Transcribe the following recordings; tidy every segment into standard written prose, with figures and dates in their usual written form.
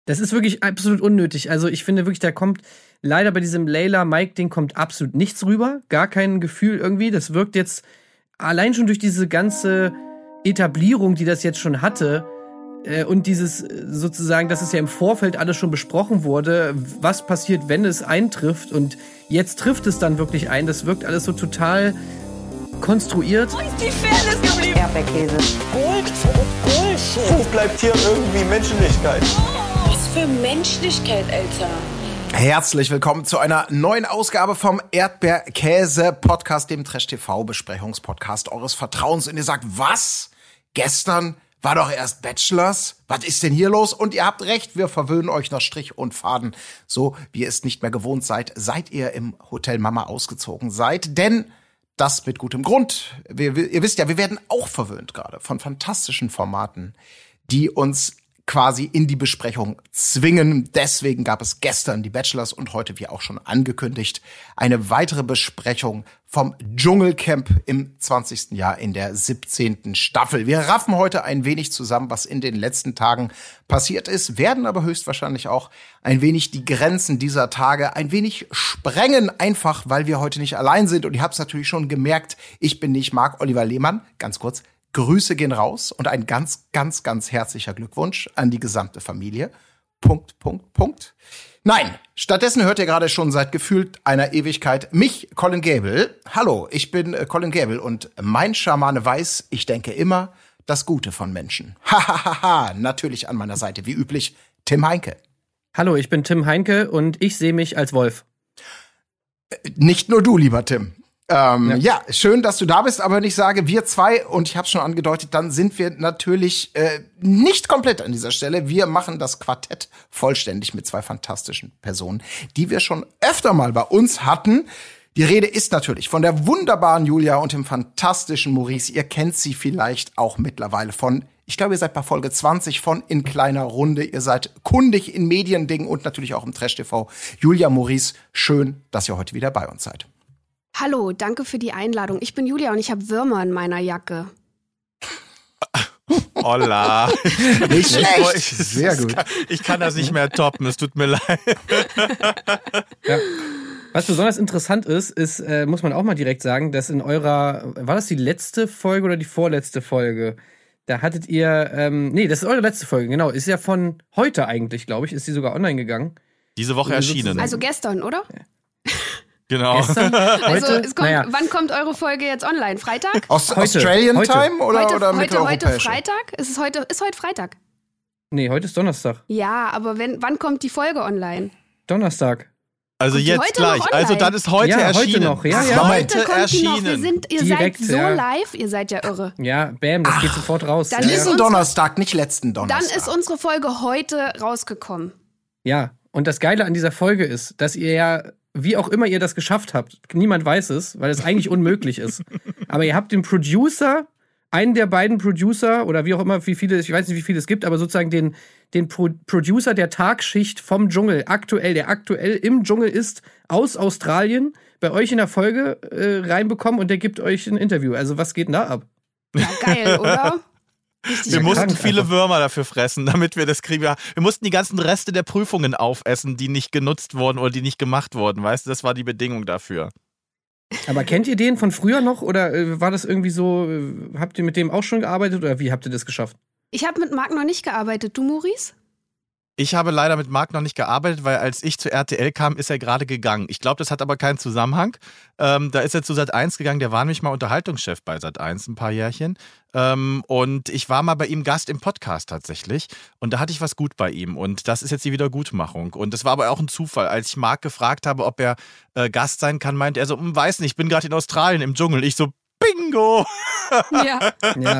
Das ist wirklich absolut unnötig. Also ich finde wirklich, da kommt leider bei diesem Layla-Mike-Ding kommt absolut nichts rüber. Gar kein Gefühl irgendwie. Das wirkt jetzt allein schon durch diese ganze Etablierung, die das jetzt schon hatte, und dieses sozusagen, dass es ja im Vorfeld alles schon besprochen wurde, was passiert, wenn es eintrifft. Und jetzt trifft es dann wirklich ein. Das wirkt alles so total konstruiert. Wo ist die Fairness geblieben? Erdbeerkäse. Gold. Wo bleibt hier irgendwie Menschlichkeit? Was für Menschlichkeit, Alter. Herzlich willkommen zu einer neuen Ausgabe vom Erdbeerkäse-Podcast, dem Trash-TV-Besprechungspodcast eures Vertrauens. Und ihr sagt, was? Gestern war doch erst Bachelors? Was ist denn hier los? Und ihr habt recht, wir verwöhnen euch nach Strich und Faden. So wie ihr es nicht mehr gewohnt seid, seit ihr im Hotel Mama ausgezogen seid. Denn das mit gutem Grund. Ihr wisst ja, wir werden auch verwöhnt gerade von fantastischen Formaten, die uns quasi in die Besprechung zwingen. Deswegen gab es gestern die Bachelors und heute, wie auch schon angekündigt, eine weitere Besprechung vom Dschungelcamp im 20. Jahr in der 17. Staffel. Wir raffen heute ein wenig zusammen, was in den letzten Tagen passiert ist, werden aber höchstwahrscheinlich auch ein wenig die Grenzen dieser Tage ein wenig sprengen, einfach weil wir heute nicht allein sind. Und ihr habt es natürlich schon gemerkt, ich bin nicht Marc-Oliver Lehmann, ganz kurz. Grüße gehen raus und ein ganz, ganz, ganz herzlicher Glückwunsch an die gesamte Familie. Punkt. Nein, stattdessen hört ihr gerade schon seit gefühlt einer Ewigkeit mich, Colin Gable. Hallo, ich bin Colin Gable und mein Schamane weiß, ich denke immer das Gute von Menschen. Hahaha, natürlich an meiner Seite, wie üblich, Tim Heinke. Hallo, ich bin Tim Heinke und ich sehe mich als Wolf. Nicht nur du, lieber Tim. Ja, schön, dass du da bist, aber wenn ich sage, wir zwei, und ich habe schon angedeutet, dann sind wir natürlich nicht komplett an dieser Stelle. Wir machen das Quartett vollständig mit zwei fantastischen Personen, die wir schon öfter mal bei uns hatten. Die Rede ist natürlich von der wunderbaren Julia und dem fantastischen Maurice. Ihr kennt sie vielleicht auch mittlerweile von, ich glaube, ihr seid bei Folge 20 von In kleiner Runde. Ihr seid kundig in Mediendingen und natürlich auch im Trash-TV. Julia, Maurice, schön, dass ihr heute wieder bei uns seid. Hallo, danke für die Einladung. Ich bin Julia und ich habe Würmer in meiner Jacke. Holla. Nicht schlecht. Sehr gut. Ich kann das nicht mehr toppen, es tut mir leid. Ja. Was besonders interessant ist, muss man auch mal direkt sagen, dass in eurer, war das die letzte Folge oder die vorletzte Folge? Da hattet ihr, nee, das ist eure letzte Folge, genau. Ist ja von heute eigentlich, glaube ich, ist die sogar online gegangen. Diese Woche erschienen. Also gestern, oder? Ja. Genau. Gestern, Also heute, es kommt, wann kommt eure Folge jetzt online? Freitag? Australian heute. Time oder mitteleuropäische? Heute Freitag? Ist heute Freitag? Nee, heute ist Donnerstag. Ja, aber wann kommt die Folge online? Donnerstag. Also Kommt die jetzt heute gleich. noch Also online? dann ist heute Ja, heute erschienen. noch, ja, Heute ja. Heute kommt erschienen. die noch. Ihr Direkt, seid so ja. live, ihr seid ja irre. Ja, bam, das geht sofort raus. dann ja, ist ja. Diesen Donnerstag, nicht letzten Dann Donnerstag. ist unsere Folge heute rausgekommen. Ja, und das Geile an dieser Folge ist, dass ihr ja, wie auch immer ihr das geschafft habt, niemand weiß es, weil es eigentlich unmöglich ist. Aber ihr habt den Producer, einen der beiden Producer, oder wie auch immer, wie viele, ich weiß nicht, wie viele es gibt, aber sozusagen den Producer der Tagschicht vom Dschungel, der aktuell im Dschungel ist, aus Australien, bei euch in der Folge reinbekommen und der gibt euch ein Interview. Also was geht denn da ab? Ja, geil, oder? Richtig Wir mussten krank viele einfach. Würmer dafür fressen, damit wir das kriegen. Wir mussten die ganzen Reste der Prüfungen aufessen, die nicht genutzt wurden oder die nicht gemacht wurden. Weißt du, das war die Bedingung dafür. Aber kennt ihr den von früher noch oder war das irgendwie so, habt ihr mit dem auch schon gearbeitet oder wie habt ihr das geschafft? Ich habe mit Marc noch nicht gearbeitet. Du, Maurice? Ich habe leider mit Marc noch nicht gearbeitet, weil als ich zu RTL kam, ist er gerade gegangen. Ich glaube, das hat aber keinen Zusammenhang. Da ist er zu Sat.1 gegangen, der war nämlich mal Unterhaltungschef bei Sat.1 ein paar Jährchen. Und ich war mal bei ihm Gast im Podcast tatsächlich. Und da hatte ich was gut bei ihm. Und das ist jetzt die Wiedergutmachung. Und das war aber auch ein Zufall. Als ich Marc gefragt habe, ob er Gast sein kann, meinte er so, weiß nicht, ich bin gerade in Australien im Dschungel. Ich so, bingo! Ja. Ja.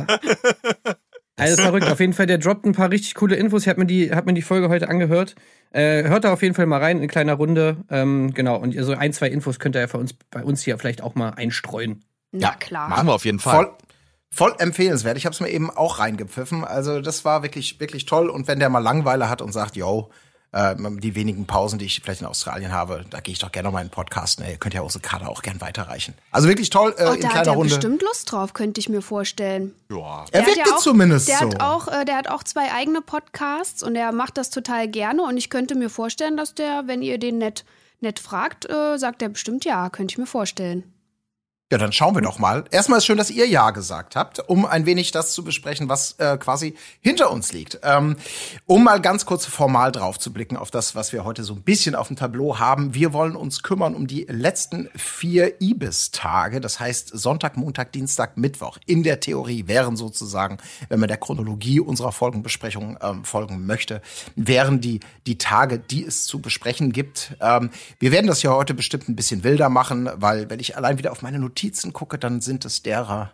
Also verrückt, auf jeden Fall, der droppt ein paar richtig coole Infos. Ich hab mir die Folge heute angehört. Hört da auf jeden Fall mal rein in kleiner Runde. Genau, und so ein, zwei Infos könnt ihr ja bei uns hier vielleicht auch mal einstreuen. Na klar. Machen wir auf jeden Fall. Voll empfehlenswert. Ich habe es mir eben auch reingepfiffen. Also das war wirklich, wirklich toll. Und wenn der mal Langeweile hat und sagt, yo, Die wenigen Pausen, die ich vielleicht in Australien habe, da gehe ich doch gerne noch mal in den Podcast. Ihr könnt ja unsere Karte auch gern weiterreichen. Also wirklich toll, in Da kleiner hat er Runde. bestimmt Lust drauf, könnte ich mir vorstellen. Ja. Er Der hat wirkte ja auch- zumindest der so. hat auch 2 eigene Podcasts und er macht das total gerne. Und ich könnte mir vorstellen, dass der, wenn ihr den nett fragt, sagt er bestimmt ja, könnte ich mir vorstellen. Ja, dann schauen wir doch mal. Erstmal ist schön, dass ihr Ja gesagt habt, um ein wenig das zu besprechen, was quasi hinter uns liegt. Um mal ganz kurz formal drauf zu blicken auf das, was wir heute so ein bisschen auf dem Tableau haben. Wir wollen uns kümmern um die letzten 4 Ibis-Tage. Das heißt Sonntag, Montag, Dienstag, Mittwoch. In der Theorie wären sozusagen, wenn man der Chronologie unserer Folgenbesprechung folgen möchte, wären die Tage, die es zu besprechen gibt. Wir werden das ja heute bestimmt ein bisschen wilder machen, weil wenn ich allein wieder auf meine Notizen gucke, dann sind es derer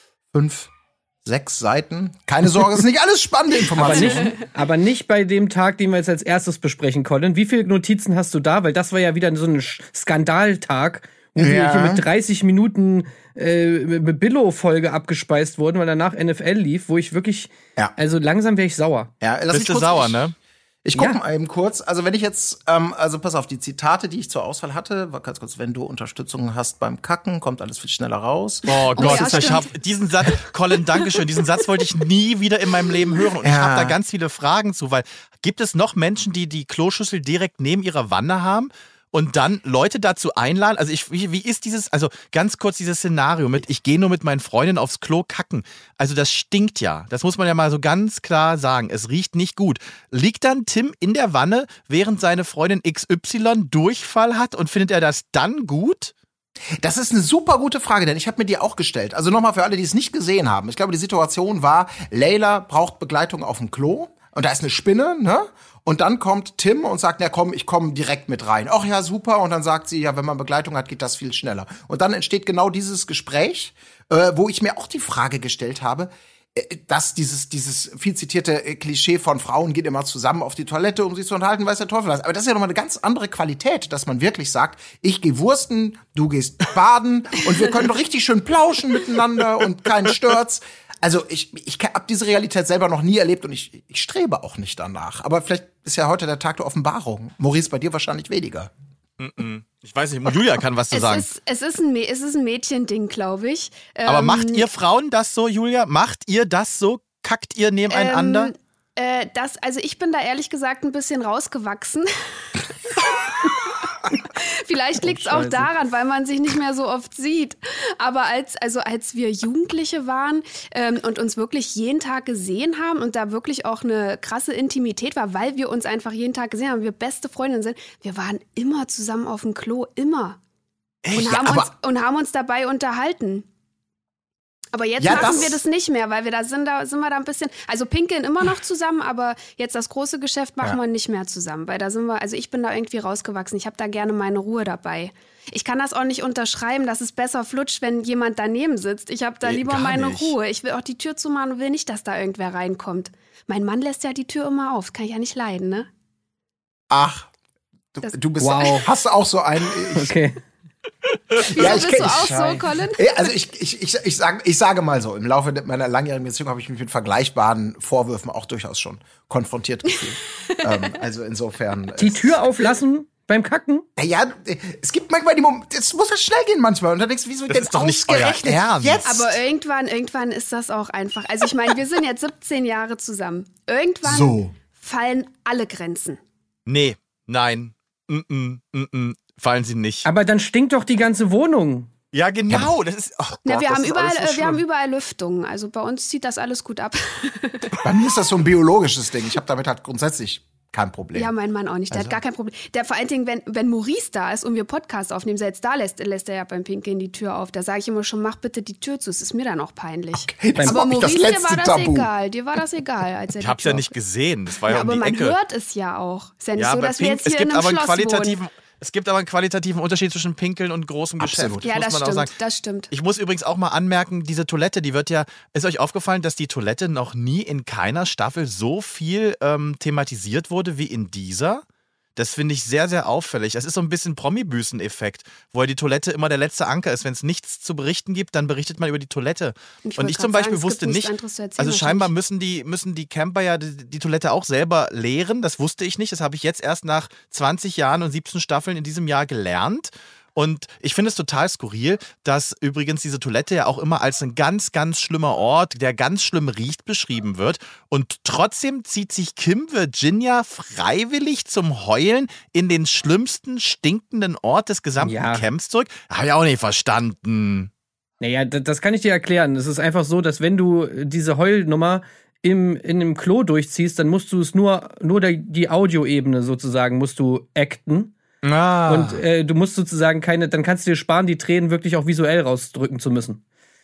5, 6 Seiten. Keine Sorge, es ist nicht alles spannende Informationen. Aber nicht bei dem Tag, den wir jetzt als erstes besprechen, Colin. Wie viele Notizen hast du da? Weil das war ja wieder so ein Skandaltag, wo wir hier mit 30 Minuten Billo-Folge abgespeist wurden, weil danach NFL lief, wo ich wirklich, also langsam wäre ich sauer. Ja, Bist du sauer, ne? Ich gucke mal eben kurz. Also wenn ich jetzt, also pass auf, die Zitate, die ich zur Auswahl hatte, war ganz kurz, wenn du Unterstützung hast beim Kacken, kommt alles viel schneller raus. Oh Gott, ja, ich hab diesen Satz, Colin, Dankeschön, diesen Satz wollte ich nie wieder in meinem Leben hören. Und ich habe da ganz viele Fragen zu, weil gibt es noch Menschen, die die Kloschüssel direkt neben ihrer Wanne haben? Und dann Leute dazu einladen, also wie ist dieses, also ganz kurz dieses Szenario mit, ich gehe nur mit meinen Freundinnen aufs Klo kacken. Also das stinkt ja, das muss man ja mal so ganz klar sagen, es riecht nicht gut. Liegt dann Tim in der Wanne, während seine Freundin XY Durchfall hat und findet er das dann gut? Das ist eine super gute Frage, denn ich habe mir die auch gestellt. Also nochmal für alle, die es nicht gesehen haben. Ich glaube, die Situation war, Leila braucht Begleitung auf dem Klo und da ist eine Spinne, ne? Und dann kommt Tim und sagt, na komm, ich komme direkt mit rein. Ach ja, super. Und dann sagt sie, ja, wenn man Begleitung hat, geht das viel schneller. Und dann entsteht genau dieses Gespräch, wo ich mir auch die Frage gestellt habe, dass dieses viel zitierte Klischee von Frauen gehen immer zusammen auf die Toilette, um sich zu unterhalten, weiß der Teufel was. Aber das ist ja nochmal eine ganz andere Qualität, dass man wirklich sagt, ich gehe wursten, du gehst baden und wir können doch richtig schön plauschen miteinander und keinen stört's. Also ich habe diese Realität selber noch nie erlebt und ich strebe auch nicht danach. Aber vielleicht ist ja heute der Tag der Offenbarung. Maurice, bei dir wahrscheinlich weniger. Ich weiß nicht, Julia kann was zu sagen. Es ist ein Mädchending, glaube ich. Aber macht ihr Frauen das so, Julia? Macht ihr das so? Kackt ihr nebeneinander? Also ich bin da ehrlich gesagt ein bisschen rausgewachsen. Vielleicht liegt es auch daran, weil man sich nicht mehr so oft sieht. Aber als wir Jugendliche waren und uns wirklich jeden Tag gesehen haben und da wirklich auch eine krasse Intimität war, weil wir uns einfach jeden Tag gesehen haben, wir beste Freundinnen sind, wir waren immer zusammen auf dem Klo, immer. Echt? Und haben uns dabei unterhalten. Aber jetzt machen wir das nicht mehr, weil wir sind wir da ein bisschen, also pinkeln immer noch zusammen, aber jetzt das große Geschäft machen wir nicht mehr zusammen, weil da sind wir, also ich bin da irgendwie rausgewachsen, ich habe da gerne meine Ruhe dabei. Ich kann das auch nicht unterschreiben, dass es besser flutscht, wenn jemand daneben sitzt. Ich habe da lieber meine Ruhe. Ich will auch die Tür zumachen und will nicht, dass da irgendwer reinkommt. Mein Mann lässt ja die Tür immer auf, das kann ich ja nicht leiden, ne? Ach, du bist, hast auch so einen. Okay. Ja, bist du auch so, Colin? Also ich sage mal so, im Laufe meiner langjährigen Beziehung habe ich mich mit vergleichbaren Vorwürfen auch durchaus schon konfrontiert gefühlt. Also insofern. Die Tür auflassen beim Kacken? Ja, es gibt manchmal die Momente, es muss ja schnell gehen manchmal. Und dann denkst du, wieso das denn ist doch nicht euer ausgerechnet Ernst. jetzt? Aber irgendwann ist das auch einfach. Also ich meine, wir sind jetzt 17 Jahre zusammen. Irgendwann fallen alle Grenzen. Nee, nein, fallen sie nicht. Aber dann stinkt doch die ganze Wohnung. Ja, genau. Das ist, Wir haben überall Lüftungen. Also bei uns zieht das alles gut ab. Bei mir ist das so ein biologisches Ding. Ich habe damit halt grundsätzlich kein Problem. Ja, mein Mann auch nicht. Der hat gar kein Problem. Der vor allen Dingen, wenn Maurice da ist und wir Podcast aufnehmen, selbst da lässt er ja beim Pinkeln die Tür auf. Da sage ich immer schon, mach bitte die Tür zu. Es ist mir dann auch peinlich. Okay, das aber war nicht Maurice, das dir war letzte das Tabu. egal. Dir war das egal, als er ich hab's ja nicht gesehen. Das war ja um aber die man Ecke. hört es ja auch. Ist ja nicht Ja, so, bei dass wir Pink, jetzt hier in einem Schloss wohnen. Es gibt aber einen qualitativen Unterschied zwischen Pinkeln und großem Absolut. Geschäft. Ja, das muss man auch sagen. stimmt, das stimmt. Ich muss übrigens auch mal anmerken, diese Toilette, die wird ja, ist euch aufgefallen, dass die Toilette noch nie in keiner Staffel so viel thematisiert wurde wie in dieser? Das finde ich sehr, sehr auffällig. Es ist so ein bisschen Promi-Büßen-Effekt, wo ja die Toilette immer der letzte Anker ist. Wenn es nichts zu berichten gibt, dann berichtet man über die Toilette. Und ich zum Beispiel wusste nicht, also scheinbar müssen die Camper ja die Toilette auch selber leeren. Das wusste ich nicht. Das habe ich jetzt erst nach 20 Jahren und 17 Staffeln in diesem Jahr gelernt. Und ich finde es total skurril, dass übrigens diese Toilette ja auch immer als ein ganz, ganz schlimmer Ort, der ganz schlimm riecht, beschrieben wird. Und trotzdem zieht sich Kim Virginia freiwillig zum Heulen in den schlimmsten, stinkenden Ort des gesamten Camps zurück. Habe ich auch nicht verstanden. Naja, das kann ich dir erklären. Es ist einfach so, dass wenn du diese Heulnummer in einem Klo durchziehst, dann musst du es nur die Audioebene sozusagen musst du acten. Und du musst sozusagen dann kannst du dir sparen, die Tränen wirklich auch visuell rausdrücken zu müssen.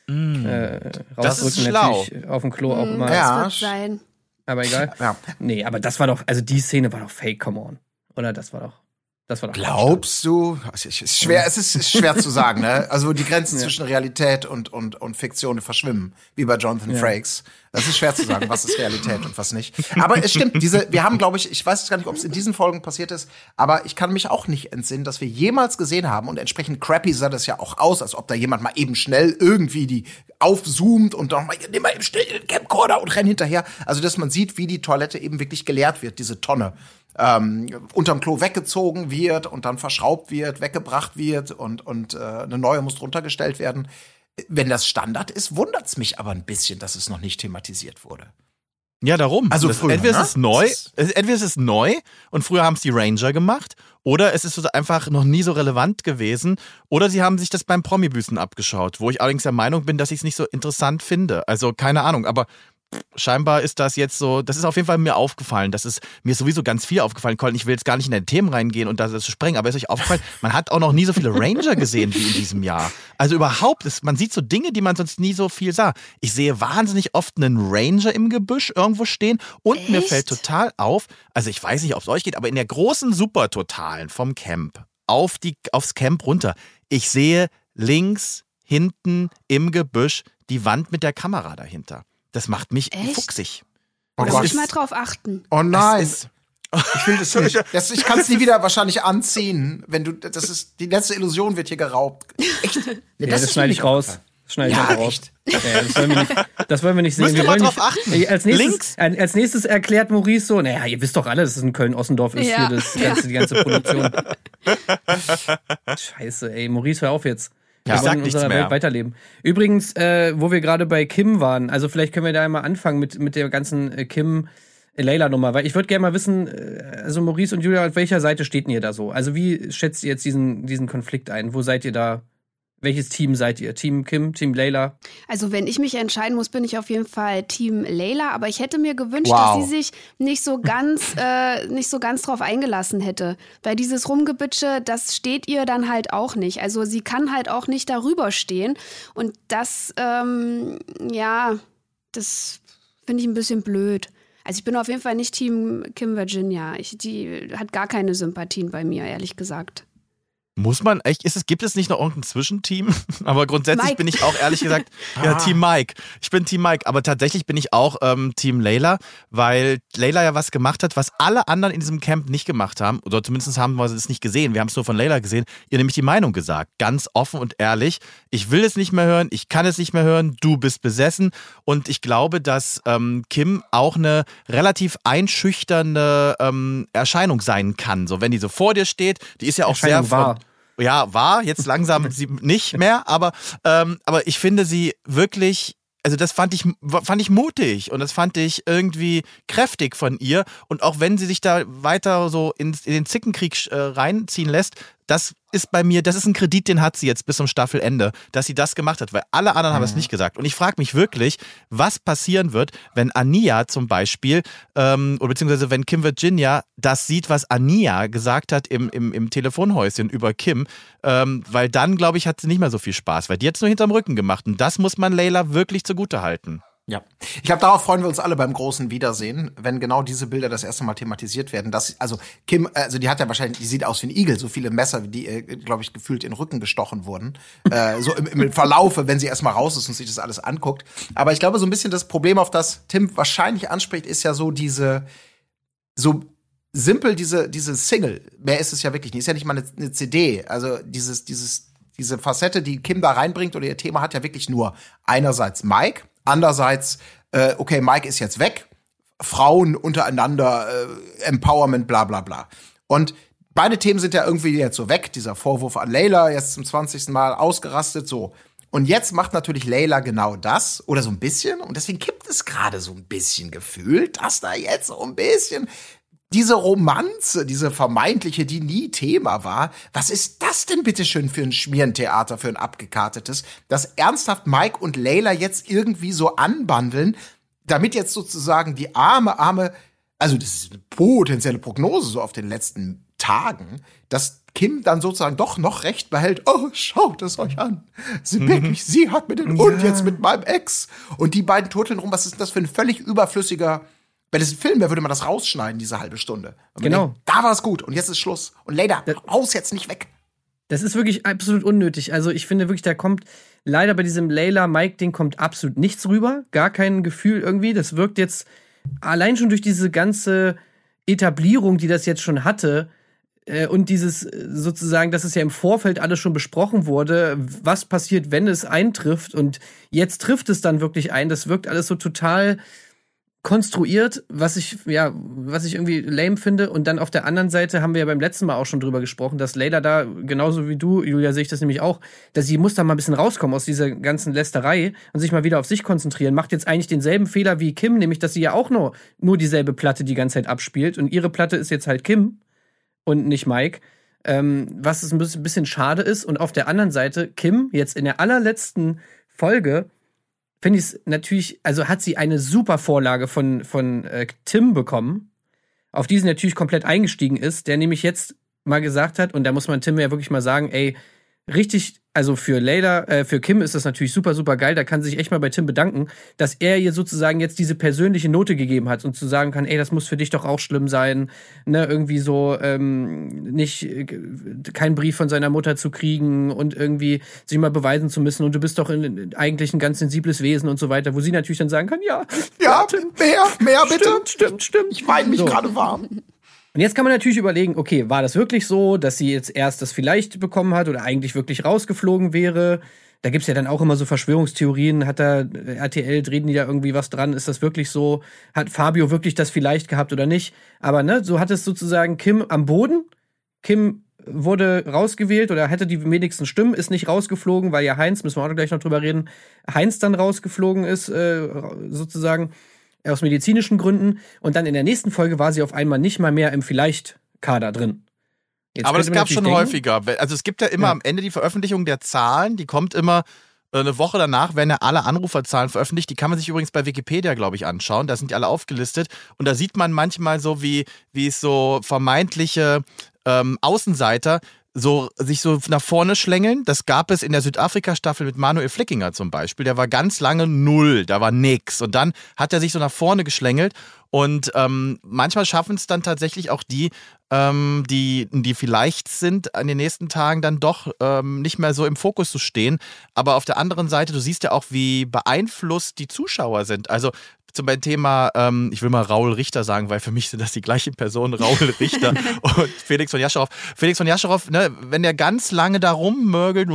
Das ist schlau. Natürlich auf dem Klo auch immer. Das wird sein. Aber egal. Ja. Nee, aber das war doch, also die Szene war doch fake, come on. Oder das war doch. Glaubst du? Es ist schwer zu sagen, ne? Also die Grenzen zwischen Realität und Fiktion verschwimmen, wie bei Jonathan Frakes. Das ist schwer zu sagen, was ist Realität und was nicht. Aber es stimmt, wir haben, glaube ich weiß gar nicht, ob es in diesen Folgen passiert ist, aber ich kann mich auch nicht entsinnen, dass wir jemals gesehen haben, und entsprechend crappy sah das ja auch aus, als ob da jemand mal eben schnell irgendwie die aufzoomt und dann nimm mal eben schnell den Camcorder und renn hinterher. Also, dass man sieht, wie die Toilette eben wirklich geleert wird, diese Tonne. Unterm Klo weggezogen wird und dann verschraubt wird, weggebracht wird und eine neue muss drunter gestellt werden. Wenn das Standard ist, wundert's mich aber ein bisschen, dass es noch nicht thematisiert wurde. Ja, darum. Also früher, entweder ist es neu und früher haben es die Ranger gemacht, oder es ist einfach noch nie so relevant gewesen, oder sie haben sich das beim Promi-Büßen abgeschaut, wo ich allerdings der Meinung bin, dass ich es nicht so interessant finde. Also keine Ahnung, aber scheinbar ist das jetzt so, das ist auf jeden Fall mir aufgefallen. Mir ist sowieso ganz viel aufgefallen, Colin. Ich will jetzt gar nicht in deine Themen reingehen und das sprengen, aber ist euch aufgefallen, man hat auch noch nie so viele Ranger gesehen wie in diesem Jahr. Also überhaupt, man sieht so Dinge, die man sonst nie so viel sah. Ich sehe wahnsinnig oft einen Ranger im Gebüsch irgendwo stehen und Echt? Mir fällt total auf, also ich weiß nicht, ob es euch geht, aber in der großen Supertotalen vom Camp aufs Camp runter, ich sehe links, hinten im Gebüsch die Wand mit der Kamera dahinter. Das macht mich fuchsig. Da muss ich mal drauf achten. Oh nein. Ich will das nicht. Ich kann es nie wieder wahrscheinlich anziehen, wenn du. Die letzte Illusion wird hier geraubt. Echt? Nee, das schneide ich raus. Das schneide ich raus. Echt? Das wollen wir nicht sehen. Müsst ihr mal drauf achten. Als nächstes erklärt Maurice so, naja, ihr wisst doch alle, dass es in Köln-Ossendorf ist, hier die ganze Produktion. Scheiße, ey, Maurice, hör auf jetzt. Ja, wir wollen in unserer Welt weiterleben. Übrigens, wo wir gerade bei Kim waren, also vielleicht können wir da einmal anfangen mit der ganzen Kim-Layla-Nummer, weil ich würde gerne mal wissen, also Maurice und Julia, auf welcher Seite steht denn ihr da so? Also wie schätzt ihr jetzt diesen Konflikt ein? Wo seid ihr da? Welches Team seid ihr? Team Kim, Team Layla? Also wenn ich mich entscheiden muss, bin ich auf jeden Fall Team Layla, aber ich hätte mir gewünscht, dass sie sich nicht so ganz drauf eingelassen hätte. Weil dieses Rumgebitsche, das steht ihr dann halt auch nicht. Also sie kann halt auch nicht darüber stehen. Und das, das finde ich ein bisschen blöd. Also ich bin auf jeden Fall nicht Team Kim Virginia. Die hat gar keine Sympathien bei mir, ehrlich gesagt. Muss man echt, gibt es nicht noch irgendein Zwischenteam? Aber grundsätzlich bin ich auch ehrlich gesagt, Team Mike. Ich bin Team Mike, aber tatsächlich bin ich auch Team Layla, weil Layla ja was gemacht hat, was alle anderen in diesem Camp nicht gemacht haben, oder zumindest haben wir es nicht gesehen, wir haben es nur von Layla gesehen, ihr nämlich die Meinung gesagt, ganz offen und ehrlich, ich will es nicht mehr hören, ich kann es nicht mehr hören, du bist besessen, und ich glaube, dass Kim auch eine relativ einschüchternde Erscheinung sein kann, so wenn die so vor dir steht, die ist ja auch sehr wahr. Ja, war jetzt langsam sie nicht mehr, aber ich finde sie wirklich, also das fand ich mutig und das fand ich irgendwie kräftig von ihr, und auch wenn sie sich da weiter so in den Zickenkrieg reinziehen lässt, das ist bei mir, das ist ein Kredit, den hat sie jetzt bis zum Staffelende, dass sie das gemacht hat, weil alle anderen haben es nicht gesagt. Und ich frage mich wirklich, was passieren wird, wenn Ania zum Beispiel, oder beziehungsweise wenn Kim Virginia das sieht, was Ania gesagt hat im Telefonhäuschen über Kim, weil dann, glaube ich, hat sie nicht mehr so viel Spaß, weil die hat es nur hinterm Rücken gemacht, und das muss man Layla wirklich zugute halten. Ja, ich glaube, darauf freuen wir uns alle beim großen Wiedersehen, wenn genau diese Bilder das erste Mal thematisiert werden. Kim, die hat ja wahrscheinlich, die sieht aus wie ein Igel, so viele Messer, die, glaube ich, gefühlt in den Rücken gestochen wurden. So im Verlaufe, wenn sie erst mal raus ist und sich das alles anguckt. Aber ich glaube, so ein bisschen das Problem, auf das Tim wahrscheinlich anspricht, ist ja so simpel diese Single, mehr ist es ja wirklich nicht, ist ja nicht mal eine CD, also diese Facette, die Kim da reinbringt oder ihr Thema hat ja wirklich nur einerseits Mike, andererseits, okay, Mike ist jetzt weg, Frauen untereinander, Empowerment, bla bla bla. Und beide Themen sind ja irgendwie jetzt so weg, dieser Vorwurf an Layla, jetzt zum 20. Mal ausgerastet, so. Und jetzt macht natürlich Layla genau das, oder so ein bisschen, und deswegen kippt es gerade so ein bisschen gefühlt, dass da jetzt so ein bisschen diese Romanze, diese vermeintliche, die nie Thema war, was ist das denn bitteschön für ein Schmierentheater, für ein abgekartetes, dass ernsthaft Mike und Layla jetzt irgendwie so anbandeln, damit jetzt sozusagen die arme, also das ist eine potenzielle Prognose so auf den letzten Tagen, dass Kim dann sozusagen doch noch Recht behält. Oh, schaut es euch an. Sie hat mit den und jetzt mit meinem Ex. Und die beiden turteln rum. Was ist denn das für ein völlig überflüssiger, wenn es ein Film wäre, würde man das rausschneiden, diese halbe Stunde. Genau. Denkt, da war es gut und jetzt ist Schluss. Und Layla, haus jetzt nicht weg. Das ist wirklich absolut unnötig. Also ich finde wirklich, da kommt leider bei diesem Layla-Mike-Ding kommt absolut nichts rüber. Gar kein Gefühl irgendwie. Das wirkt jetzt allein schon durch diese ganze Etablierung, die das jetzt schon hatte, und dieses sozusagen, dass es ja im Vorfeld alles schon besprochen wurde, was passiert, wenn es eintrifft und jetzt trifft es dann wirklich ein, das wirkt alles so total konstruiert, was ich irgendwie lame finde. Und dann auf der anderen Seite haben wir ja beim letzten Mal auch schon drüber gesprochen, dass Layla da, genauso wie du, Julia, sehe ich das nämlich auch, dass sie muss da mal ein bisschen rauskommen aus dieser ganzen Lästerei und sich mal wieder auf sich konzentrieren. Macht jetzt eigentlich denselben Fehler wie Kim, nämlich, dass sie ja auch nur dieselbe Platte die ganze Zeit abspielt und ihre Platte ist jetzt halt Kim und nicht Mike, was ein bisschen schade ist. Und auf der anderen Seite, Kim, jetzt in der allerletzten Folge, finde ich es natürlich, also hat sie eine super Vorlage von Tim bekommen, auf die sie natürlich komplett eingestiegen ist, der nämlich jetzt mal gesagt hat, und da muss man Tim ja wirklich mal sagen, ey, richtig, also für Layla, für Kim ist das natürlich super, super geil, da kann sie sich echt mal bei Tim bedanken, dass er ihr sozusagen jetzt diese persönliche Note gegeben hat und zu sagen kann, ey, das muss für dich doch auch schlimm sein, ne, irgendwie so, keinen Brief von seiner Mutter zu kriegen und irgendwie sich mal beweisen zu müssen und du bist doch eigentlich ein ganz sensibles Wesen und so weiter, wo sie natürlich dann sagen kann, ja, Tim, mehr bitte. Stimmt. Ich weine mich gerade warm. Und jetzt kann man natürlich überlegen, okay, war das wirklich so, dass sie jetzt erst das vielleicht bekommen hat oder eigentlich wirklich rausgeflogen wäre? Da gibt's ja dann auch immer so Verschwörungstheorien. Hat da RTL, drehen die da irgendwie was dran? Ist das wirklich so? Hat Fabio wirklich das vielleicht gehabt oder nicht? Aber ne, so hat es sozusagen Kim am Boden. Kim wurde rausgewählt oder hätte die wenigsten Stimmen, ist nicht rausgeflogen, weil ja Heinz, müssen wir auch gleich noch drüber reden, Heinz dann rausgeflogen ist, sozusagen aus medizinischen Gründen. Und dann in der nächsten Folge war sie auf einmal nicht mal mehr im Vielleicht-Kader drin. Jetzt aber das gab schon häufiger. Also es gibt ja immer am Ende die Veröffentlichung der Zahlen, die kommt immer eine Woche danach, werden ja alle Anruferzahlen veröffentlicht. Die kann man sich übrigens bei Wikipedia, glaube ich, anschauen. Da sind die alle aufgelistet. Und da sieht man manchmal so, wie es so vermeintliche Außenseiter sich so nach vorne schlängeln. Das gab es in der Südafrika-Staffel mit Manuel Flickinger zum Beispiel. Der war ganz lange 0, da war nix. Und dann hat er sich so nach vorne geschlängelt. Und manchmal schaffen es dann tatsächlich auch die vielleicht sind, an den nächsten Tagen dann doch nicht mehr so im Fokus zu stehen. Aber auf der anderen Seite, du siehst ja auch, wie beeinflusst die Zuschauer sind. Also zum Thema, ich will mal Raul Richter sagen, weil für mich sind das die gleichen Personen, Raul Richter und Felix von Jascharow. Felix von Jascharow, ne, wenn der ganz lange da rummörgelt,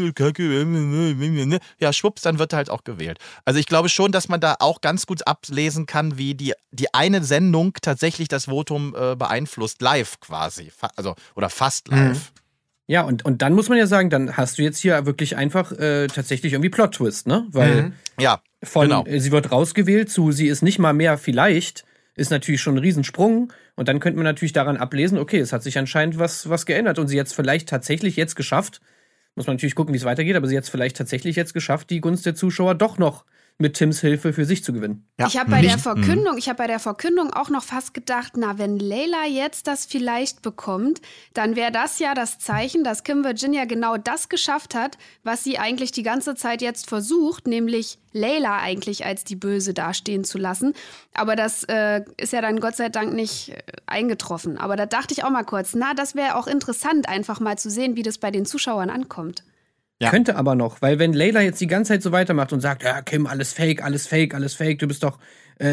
ja, schwupps, dann wird er halt auch gewählt. Also ich glaube schon, dass man da auch ganz gut ablesen kann, wie die eine Sendung tatsächlich das Votum beeinflusst, live quasi, also oder fast live. Ja, und dann muss man ja sagen, dann hast du jetzt hier wirklich einfach tatsächlich irgendwie Plot-Twist, ne? Weil ja, genau. Sie wird rausgewählt zu, sie ist nicht mal mehr vielleicht, ist natürlich schon ein Riesensprung. Und dann könnte man natürlich daran ablesen, okay, es hat sich anscheinend was geändert und sie jetzt vielleicht tatsächlich jetzt geschafft, muss man natürlich gucken, wie es weitergeht, aber sie hat es vielleicht tatsächlich jetzt geschafft, die Gunst der Zuschauer doch noch mit Tims Hilfe für sich zu gewinnen. Ja. Ich habe bei der Verkündung auch noch fast gedacht, na, wenn Layla jetzt das vielleicht bekommt, dann wäre das ja das Zeichen, dass Kim Virginia genau das geschafft hat, was sie eigentlich die ganze Zeit jetzt versucht, nämlich Layla eigentlich als die Böse dastehen zu lassen. Aber das ist ja dann Gott sei Dank nicht eingetroffen. Aber da dachte ich auch mal kurz, na, das wäre auch interessant, einfach mal zu sehen, wie das bei den Zuschauern ankommt. Ja. Könnte aber noch, weil wenn Layla jetzt die ganze Zeit so weitermacht und sagt, ja, Kim, alles fake, du bist doch,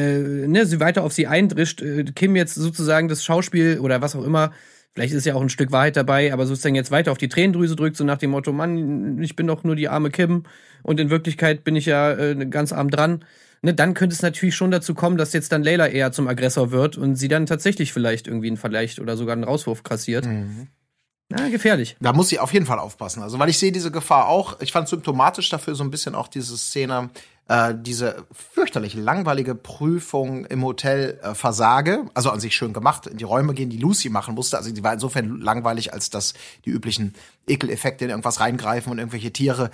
sie weiter auf sie eindrischt, Kim jetzt sozusagen das Schauspiel oder was auch immer, vielleicht ist ja auch ein Stück Wahrheit dabei, aber sozusagen jetzt weiter auf die Tränendrüse drückt, so nach dem Motto, Mann, ich bin doch nur die arme Kim und in Wirklichkeit bin ich ja ganz arm dran. Ne, dann könnte es natürlich schon dazu kommen, dass jetzt dann Layla eher zum Aggressor wird und sie dann tatsächlich vielleicht irgendwie einen Vergleich oder sogar einen Rauswurf kassiert. Mhm. Na, gefährlich. Da muss sie auf jeden Fall aufpassen. Also, weil ich sehe diese Gefahr auch. Ich fand symptomatisch dafür so ein bisschen auch diese Szene, diese fürchterlich langweilige Prüfung im Hotel Versage. Also an sich schön gemacht, in die Räume gehen, die Lucy machen musste. Also die war insofern langweilig, als dass die üblichen Ekeleffekte in irgendwas reingreifen und irgendwelche Tiere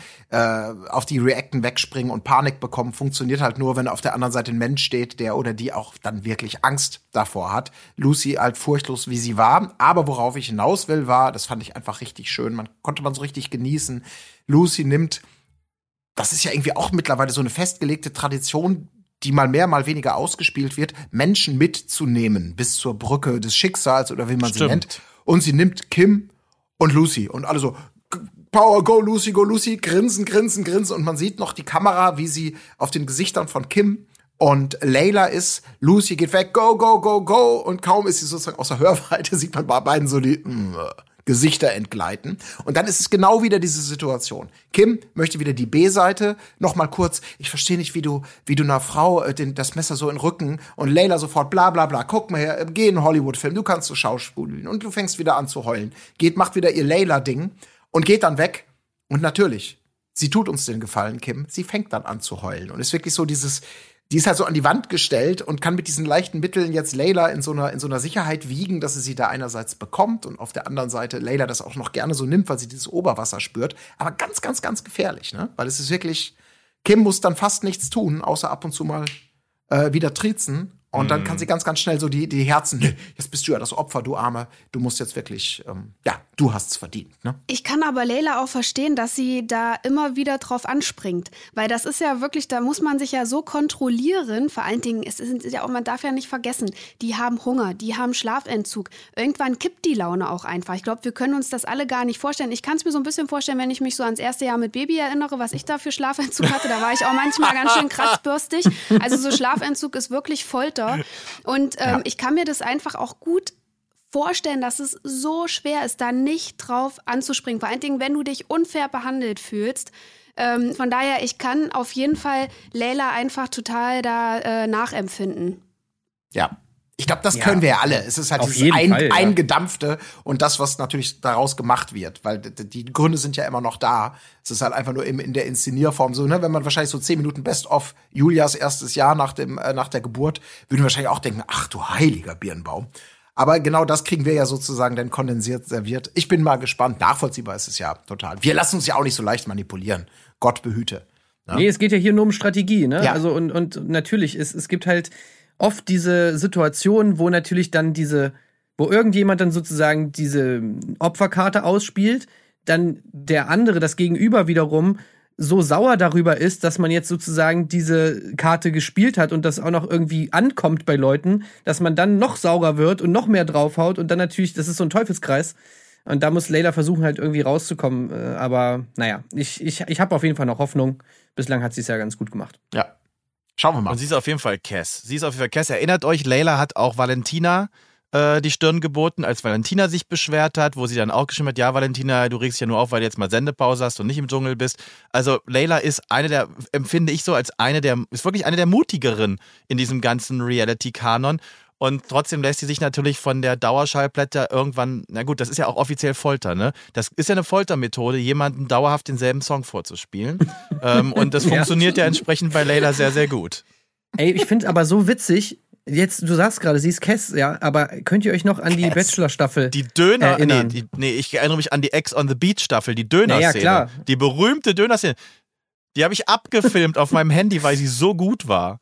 auf die reacten, wegspringen und Panik bekommen. Funktioniert halt nur, wenn auf der anderen Seite ein Mensch steht, der oder die auch dann wirklich Angst davor hat. Lucy halt furchtlos, wie sie war. Aber worauf ich hinaus will, war, das fand ich einfach richtig schön. Konnte man so richtig genießen. Lucy nimmt, das ist ja irgendwie auch mittlerweile so eine festgelegte Tradition, die mal mehr, mal weniger ausgespielt wird, Menschen mitzunehmen bis zur Brücke des Schicksals oder wie man sie nennt. Und sie nimmt Kim und Lucy und alle so, Power, go Lucy, grinsen. Und man sieht noch die Kamera, wie sie auf den Gesichtern von Kim und Layla ist. Lucy geht weg, go. Und kaum ist sie sozusagen außer Hörweite, sieht man bei beiden so die Gesichter entgleiten. Und dann ist es genau wieder diese Situation. Kim möchte wieder die B-Seite. Noch mal kurz, ich verstehe nicht, wie du einer Frau das Messer so in den Rücken und Layla sofort bla bla bla. Guck mal her, geh in einen Hollywood-Film, du kannst so schauspielen. Und du fängst wieder an zu heulen. Macht wieder ihr Layla-Ding und geht dann weg. Und natürlich, sie tut uns den Gefallen, Kim. Sie fängt dann an zu heulen. Und ist wirklich so die ist halt so an die Wand gestellt und kann mit diesen leichten Mitteln jetzt Layla in so einer Sicherheit wiegen, dass sie da einerseits bekommt und auf der anderen Seite Layla das auch noch gerne so nimmt, weil sie dieses Oberwasser spürt. Aber ganz, ganz, ganz gefährlich, ne? Weil es ist wirklich, Kim muss dann fast nichts tun, außer ab und zu mal wieder triezen. Und dann kann sie ganz, ganz schnell so die Herzen, jetzt bist du ja das Opfer, du Arme, du musst jetzt wirklich, du hast's verdient. Ne? Ich kann aber Layla auch verstehen, dass sie da immer wieder drauf anspringt. Weil das ist ja wirklich, da muss man sich ja so kontrollieren. Vor allen Dingen, es ist ja auch, man darf ja nicht vergessen, die haben Hunger, die haben Schlafentzug. Irgendwann kippt die Laune auch einfach. Ich glaube, wir können uns das alle gar nicht vorstellen. Ich kann es mir so ein bisschen vorstellen, wenn ich mich so ans erste Jahr mit Baby erinnere, was ich da für Schlafentzug hatte. Da war ich auch manchmal ganz schön kratzbürstig. Also so Schlafentzug ist wirklich Folter. Und ich kann mir das einfach auch gut vorstellen, dass es so schwer ist, da nicht drauf anzuspringen. Vor allen Dingen, wenn du dich unfair behandelt fühlst. Von daher, ich kann auf jeden Fall Layla einfach total da nachempfinden. Ja. Ich glaube, das können wir ja alle. Es ist halt dieses Eingedampfte und das, was natürlich daraus gemacht wird. Weil die Gründe sind ja immer noch da. Es ist halt einfach nur in der Inszenierform so, ne? Wenn man wahrscheinlich so 10 Minuten Best-of Julias erstes Jahr nach der Geburt, würden wir wahrscheinlich auch denken, ach du heiliger Birnbaum. Aber genau das kriegen wir ja sozusagen dann kondensiert serviert. Ich bin mal gespannt. Nachvollziehbar ist es ja total. Wir lassen uns ja auch nicht so leicht manipulieren. Gott behüte. Ne? Nee, es geht ja hier nur um Strategie, ne? Ja. Also und natürlich, es gibt halt oft diese Situation, wo natürlich dann wo irgendjemand dann sozusagen diese Opferkarte ausspielt, dann der andere, das Gegenüber wiederum, so sauer darüber ist, dass man jetzt sozusagen diese Karte gespielt hat und das auch noch irgendwie ankommt bei Leuten, dass man dann noch saurer wird und noch mehr draufhaut und dann natürlich, das ist so ein Teufelskreis. Und da muss Layla versuchen, halt irgendwie rauszukommen. Aber naja, ich habe auf jeden Fall noch Hoffnung. Bislang hat sie es ja ganz gut gemacht. Ja. Schauen wir mal. Und sie ist auf jeden Fall Cass. Erinnert euch, Layla hat auch Valentina die Stirn geboten, als Valentina sich beschwert hat, wo sie dann auch geschrieben hat, ja, Valentina, du regst dich ja nur auf, weil du jetzt mal Sendepause hast und nicht im Dschungel bist. Also Layla ist empfinde ich so als ist wirklich eine der mutigeren in diesem ganzen Reality-Kanon. Und trotzdem lässt sie sich natürlich von der Dauerschallplatte irgendwann, na gut, das ist ja auch offiziell Folter, ne? Das ist ja eine Foltermethode, jemanden dauerhaft denselben Song vorzuspielen. Und das funktioniert ja entsprechend bei Layla sehr, sehr gut. Ey, ich finde aber so witzig, jetzt, du sagst gerade, sie ist Cass, ja, aber könnt ihr euch noch an die Bachelor-Staffel erinnern? Ich erinnere mich an die Ex on the Beach-Staffel, die Döner-Szene. Ja, klar. Die berühmte Döner-Szene. Die habe ich abgefilmt auf meinem Handy, weil sie so gut war.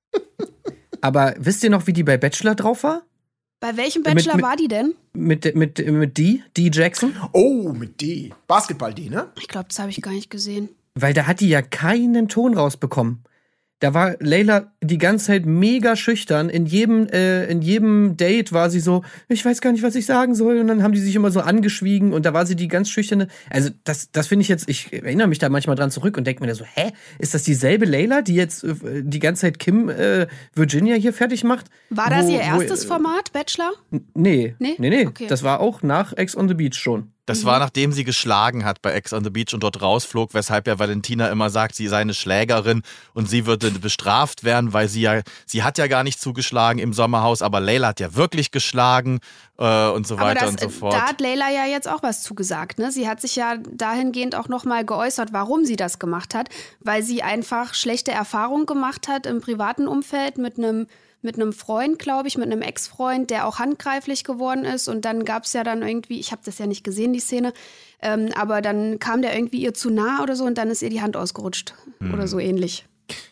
Aber wisst ihr noch, wie die bei Bachelor drauf war? Bei welchem Bachelor war die denn? Mit Dee Jackson. Oh, mit Dee. Basketball Dee, ne? Ich glaube, das habe ich gar nicht gesehen. Weil da hat die ja keinen Ton rausbekommen. Da war Layla die ganze Zeit mega schüchtern. In jedem Date war sie so, ich weiß gar nicht, was ich sagen soll. Und dann haben die sich immer so angeschwiegen und da war sie die ganz schüchterne. Also das finde ich jetzt, ich erinnere mich da manchmal dran zurück und denke mir so, ist das dieselbe Layla, die jetzt die ganze Zeit Kim Virginia hier fertig macht? War das ihr erstes Format, Bachelor? Nee. Okay. Das war auch nach Ex on the Beach schon. Das war, nachdem sie geschlagen hat bei Ex on the Beach und dort rausflog, weshalb ja Valentina immer sagt, sie sei eine Schlägerin und sie würde bestraft werden, weil sie hat ja gar nicht zugeschlagen im Sommerhaus, aber Layla hat ja wirklich geschlagen und so weiter und so fort. Da hat Layla ja jetzt auch was zugesagt, ne? Sie hat sich ja dahingehend auch nochmal geäußert, warum sie das gemacht hat, weil sie einfach schlechte Erfahrungen gemacht hat im privaten Umfeld mit einem Freund, glaube ich, mit einem Ex-Freund, der auch handgreiflich geworden ist. Und dann gab es ja dann irgendwie, ich habe das ja nicht gesehen, die Szene, aber dann kam der irgendwie ihr zu nah oder so und dann ist ihr die Hand ausgerutscht oder so ähnlich.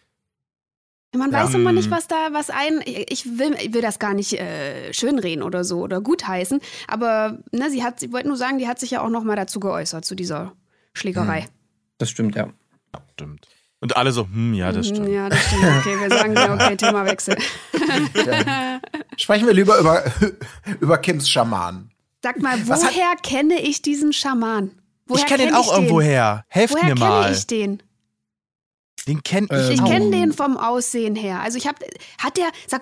Man weiß immer nicht, ich will das gar nicht schönreden oder so oder gutheißen, aber ne, ich wollte nur sagen, die hat sich ja auch nochmal dazu geäußert, zu dieser Schlägerei. Das stimmt, ja. Stimmt. Und alle so, ja, das stimmt. Ja, das stimmt. Okay, wir sagen ja, okay, Themawechsel. Sprechen wir lieber über Kims Schaman. Sag mal, woher kenne ich diesen Schaman? Ich kenne den auch irgendwoher. Helft mir mal. Woher kenne ich den? Den kenne ich. Ich kenne den vom Aussehen her. Also hat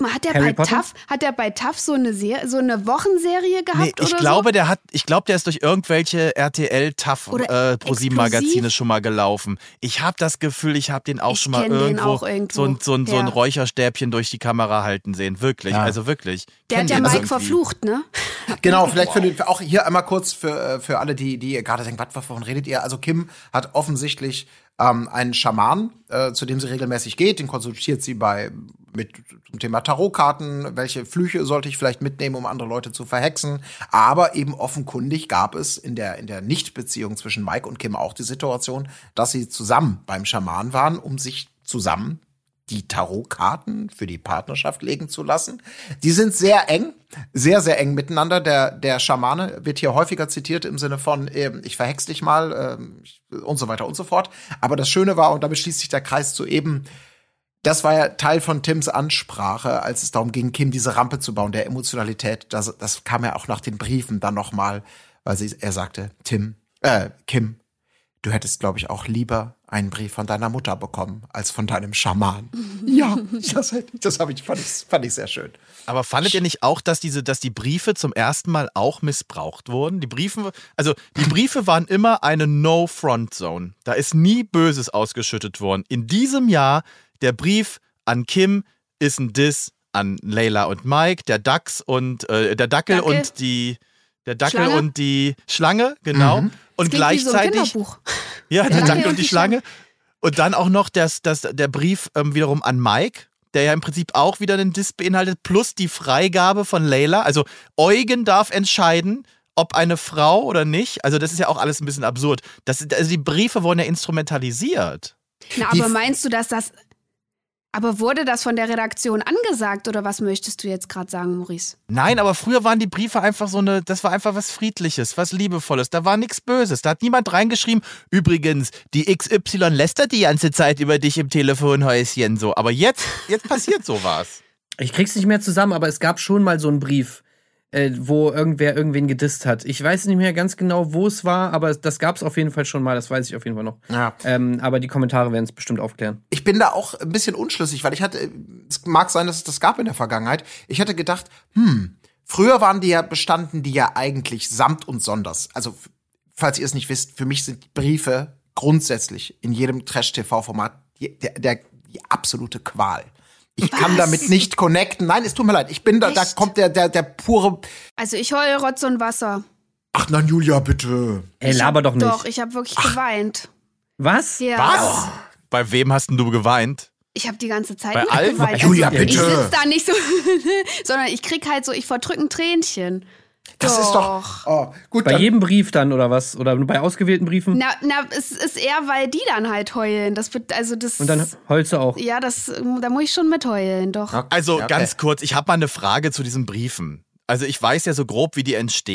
der bei TAF so eine Wochenserie gehabt Nee, ich glaube, der ist durch irgendwelche RTL TAF Pro7 Magazine schon mal gelaufen. Ich habe das Gefühl, ich habe den auch schon mal irgendwo so ein Räucherstäbchen durch die Kamera halten sehen. Wirklich, also wirklich. Der hat ja Mike verflucht, ne? Genau, vielleicht auch hier einmal kurz für alle, die gerade denken, wovon redet ihr? Also Kim hat offensichtlich einen Schaman, zu dem sie regelmäßig geht, den konsultiert sie zum Thema Tarotkarten, welche Flüche sollte ich vielleicht mitnehmen, um andere Leute zu verhexen. Aber eben offenkundig gab es in der Nichtbeziehung zwischen Mike und Kim auch die Situation, dass sie zusammen beim Schaman waren, um sich zusammen die Tarotkarten für die Partnerschaft legen zu lassen. Die sind sehr eng, sehr, sehr eng miteinander. Der Schamane wird hier häufiger zitiert im Sinne von, ich verhex dich mal und so weiter und so fort. Aber das Schöne war, und damit schließt sich der Kreis zu eben, das war ja Teil von Tims Ansprache, als es darum ging, Kim diese Rampe zu bauen, der Emotionalität. Das kam ja auch nach den Briefen dann noch mal, weil er sagte, Kim, du hättest, glaube ich, auch lieber einen Brief von deiner Mutter bekommen, als von deinem Schaman. Ja, fand ich sehr schön. Aber fandet ihr nicht auch, dass die Briefe zum ersten Mal auch missbraucht wurden? Die Briefe waren immer eine No-Front-Zone. Da ist nie Böses ausgeschüttet worden. In diesem Jahr, der Brief an Kim ist ein Diss an Layla und Mike, der Dachs und der Dackel und die Schlange, genau. Mhm. Und gleichzeitig. Wie so ein ja, der Dackel und die Schlange. Und dann auch noch der Brief wiederum an Mike, der ja im Prinzip auch wieder einen Diss beinhaltet, plus die Freigabe von Layla. Also Eugen darf entscheiden, ob eine Frau oder nicht. Also das ist ja auch alles ein bisschen absurd. Also die Briefe wurden ja instrumentalisiert. Na, aber meinst du, dass das... Aber wurde das von der Redaktion angesagt oder was möchtest du jetzt gerade sagen, Maurice? Nein, aber früher waren die Briefe einfach das war einfach was Friedliches, was Liebevolles. Da war nichts Böses. Da hat niemand reingeschrieben, übrigens, die XY lästert die ganze Zeit über dich im Telefonhäuschen so. Aber jetzt passiert sowas. Ich krieg's nicht mehr zusammen, aber es gab schon mal so einen Brief, wo irgendwer irgendwen gedisst hat. Ich weiß nicht mehr ganz genau, wo es war, aber das gab's auf jeden Fall schon mal, das weiß ich auf jeden Fall noch. Ja. Aber die Kommentare werden es bestimmt aufklären. Ich bin da auch ein bisschen unschlüssig, weil es mag sein, dass es das gab in der Vergangenheit. Ich hatte gedacht, früher bestanden die ja eigentlich samt und sonders. Also, falls ihr es nicht wisst, für mich sind die Briefe grundsätzlich in jedem Trash-TV-Format die absolute Qual. Ich kann damit nicht connecten. Nein, es tut mir leid. Ich bin da kommt der pure... Also ich heule Rotz und Wasser. Ach nein, Julia, bitte. Ey, laber doch nicht. Doch, ich habe wirklich geweint. Was? Ja. Was? Bei wem hast denn du geweint? Ich habe die ganze Zeit bei nicht geweint. Julia, bitte. Ich sitze da nicht so, sondern ich krieg halt so, ich verdrücke ein Tränchen. Das ist doch... Oh, gut, bei jedem Brief dann oder was? Oder nur bei ausgewählten Briefen? Na, es ist eher, weil die dann halt heulen. Und dann heulst du auch? Ja, da muss ich schon mitheulen, doch. Okay. Also ganz kurz, ich habe mal eine Frage zu diesen Briefen. Also ich weiß ja so grob, wie die entstehen.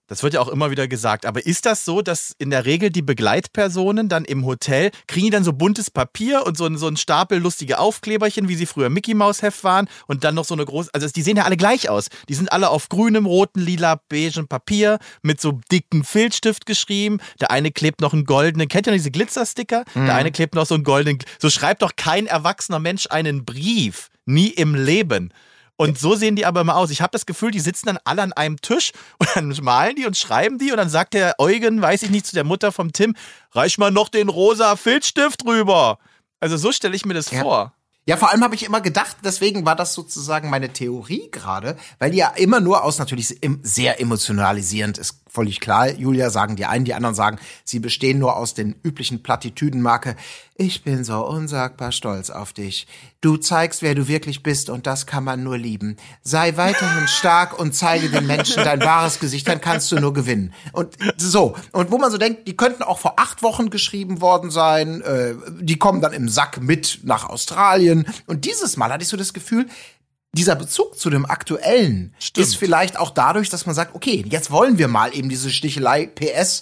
Das wird ja auch immer wieder gesagt. Aber ist das so, dass in der Regel die Begleitpersonen dann im Hotel, kriegen die dann so buntes Papier und so einen Stapel lustige Aufkleberchen, wie sie früher Mickey Maus Heft waren und dann noch so eine große, also die sehen ja alle gleich aus. Die sind alle auf grünem, roten, lila, beigen Papier mit so dicken Filzstift geschrieben. Der eine klebt noch einen goldenen, kennt ihr noch diese Glitzersticker? Der eine klebt noch so einen goldenen, so schreibt doch kein erwachsener Mensch einen Brief. Nie im Leben. Und so sehen die aber immer aus. Ich habe das Gefühl, die sitzen dann alle an einem Tisch und dann malen die und schreiben die und dann sagt der Eugen, weiß ich nicht, zu der Mutter vom Tim, reich mal noch den rosa Filzstift rüber. Also so stelle ich mir das vor. Ja, vor allem habe ich immer gedacht, deswegen war das sozusagen meine Theorie gerade, weil die ja immer nur aus natürlich sehr emotionalisierend ist. Völlig klar, Julia, sagen die einen, die anderen sagen, sie bestehen nur aus den üblichen Plattitüdenmarke. Ich bin so unsagbar stolz auf dich. Du zeigst, wer du wirklich bist und das kann man nur lieben. Sei weiterhin stark und zeige den Menschen dein wahres Gesicht, dann kannst du nur gewinnen. Und so. Und wo man so denkt, die könnten auch vor 8 Wochen geschrieben worden sein, die kommen dann im Sack mit nach Australien. Und dieses Mal hatte ich so das Gefühl, dieser Bezug zu dem Aktuellen ist vielleicht auch dadurch, dass man sagt, okay, jetzt wollen wir mal eben diese Stichelei, PS,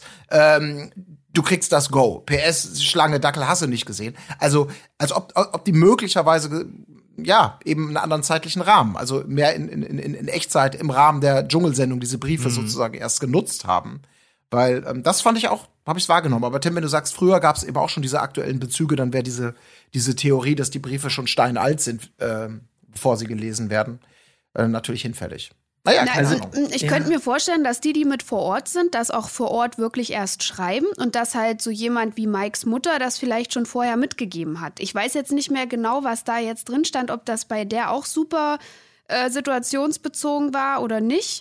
du kriegst das Go, PS, Schlange, Dackel, hast du nicht gesehen. Also, als ob die möglicherweise, ja, eben einen anderen zeitlichen Rahmen, also mehr in Echtzeit im Rahmen der Dschungelsendung diese Briefe sozusagen erst genutzt haben. Weil das fand ich auch, habe ich wahrgenommen. Aber Tim, wenn du sagst, früher gab es eben auch schon diese aktuellen Bezüge, dann wäre diese Theorie, dass die Briefe schon steinalt sind, bevor sie gelesen werden, natürlich hinfällig. Naja, keine Ahnung. Ich könnte mir vorstellen, dass die mit vor Ort sind, das auch vor Ort wirklich erst schreiben und dass halt so jemand wie Mikes Mutter das vielleicht schon vorher mitgegeben hat. Ich weiß jetzt nicht mehr genau, was da jetzt drin stand, ob das bei der auch super situationsbezogen war oder nicht.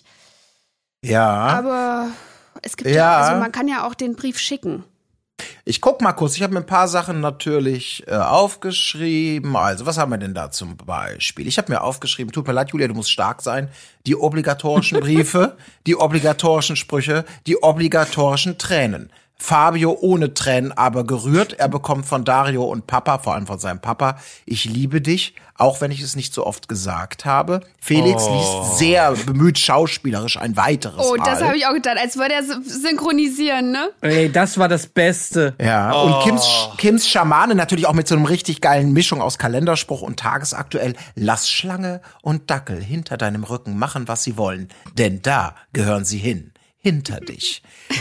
Ja. Aber es gibt also man kann ja auch den Brief schicken. Ich guck mal kurz, ich habe mir ein paar Sachen natürlich aufgeschrieben. Also, was haben wir denn da zum Beispiel? Ich habe mir aufgeschrieben, tut mir leid, Julia, du musst stark sein, die obligatorischen Briefe, die obligatorischen Sprüche, die obligatorischen Tränen. Fabio ohne Tränen, aber gerührt. Er bekommt von Dario und Papa, vor allem von seinem Papa, ich liebe dich, auch wenn ich es nicht so oft gesagt habe. Felix liest sehr bemüht schauspielerisch ein weiteres Mal. Oh, das habe ich auch getan, als würde er synchronisieren, ne? Ey, das war das Beste. Ja, und Kims Schamane natürlich auch mit so einem richtig geilen Mischung aus Kalenderspruch und tagesaktuell. Lass Schlange und Dackel hinter deinem Rücken machen, was sie wollen, denn da gehören sie hin. Hinter dich.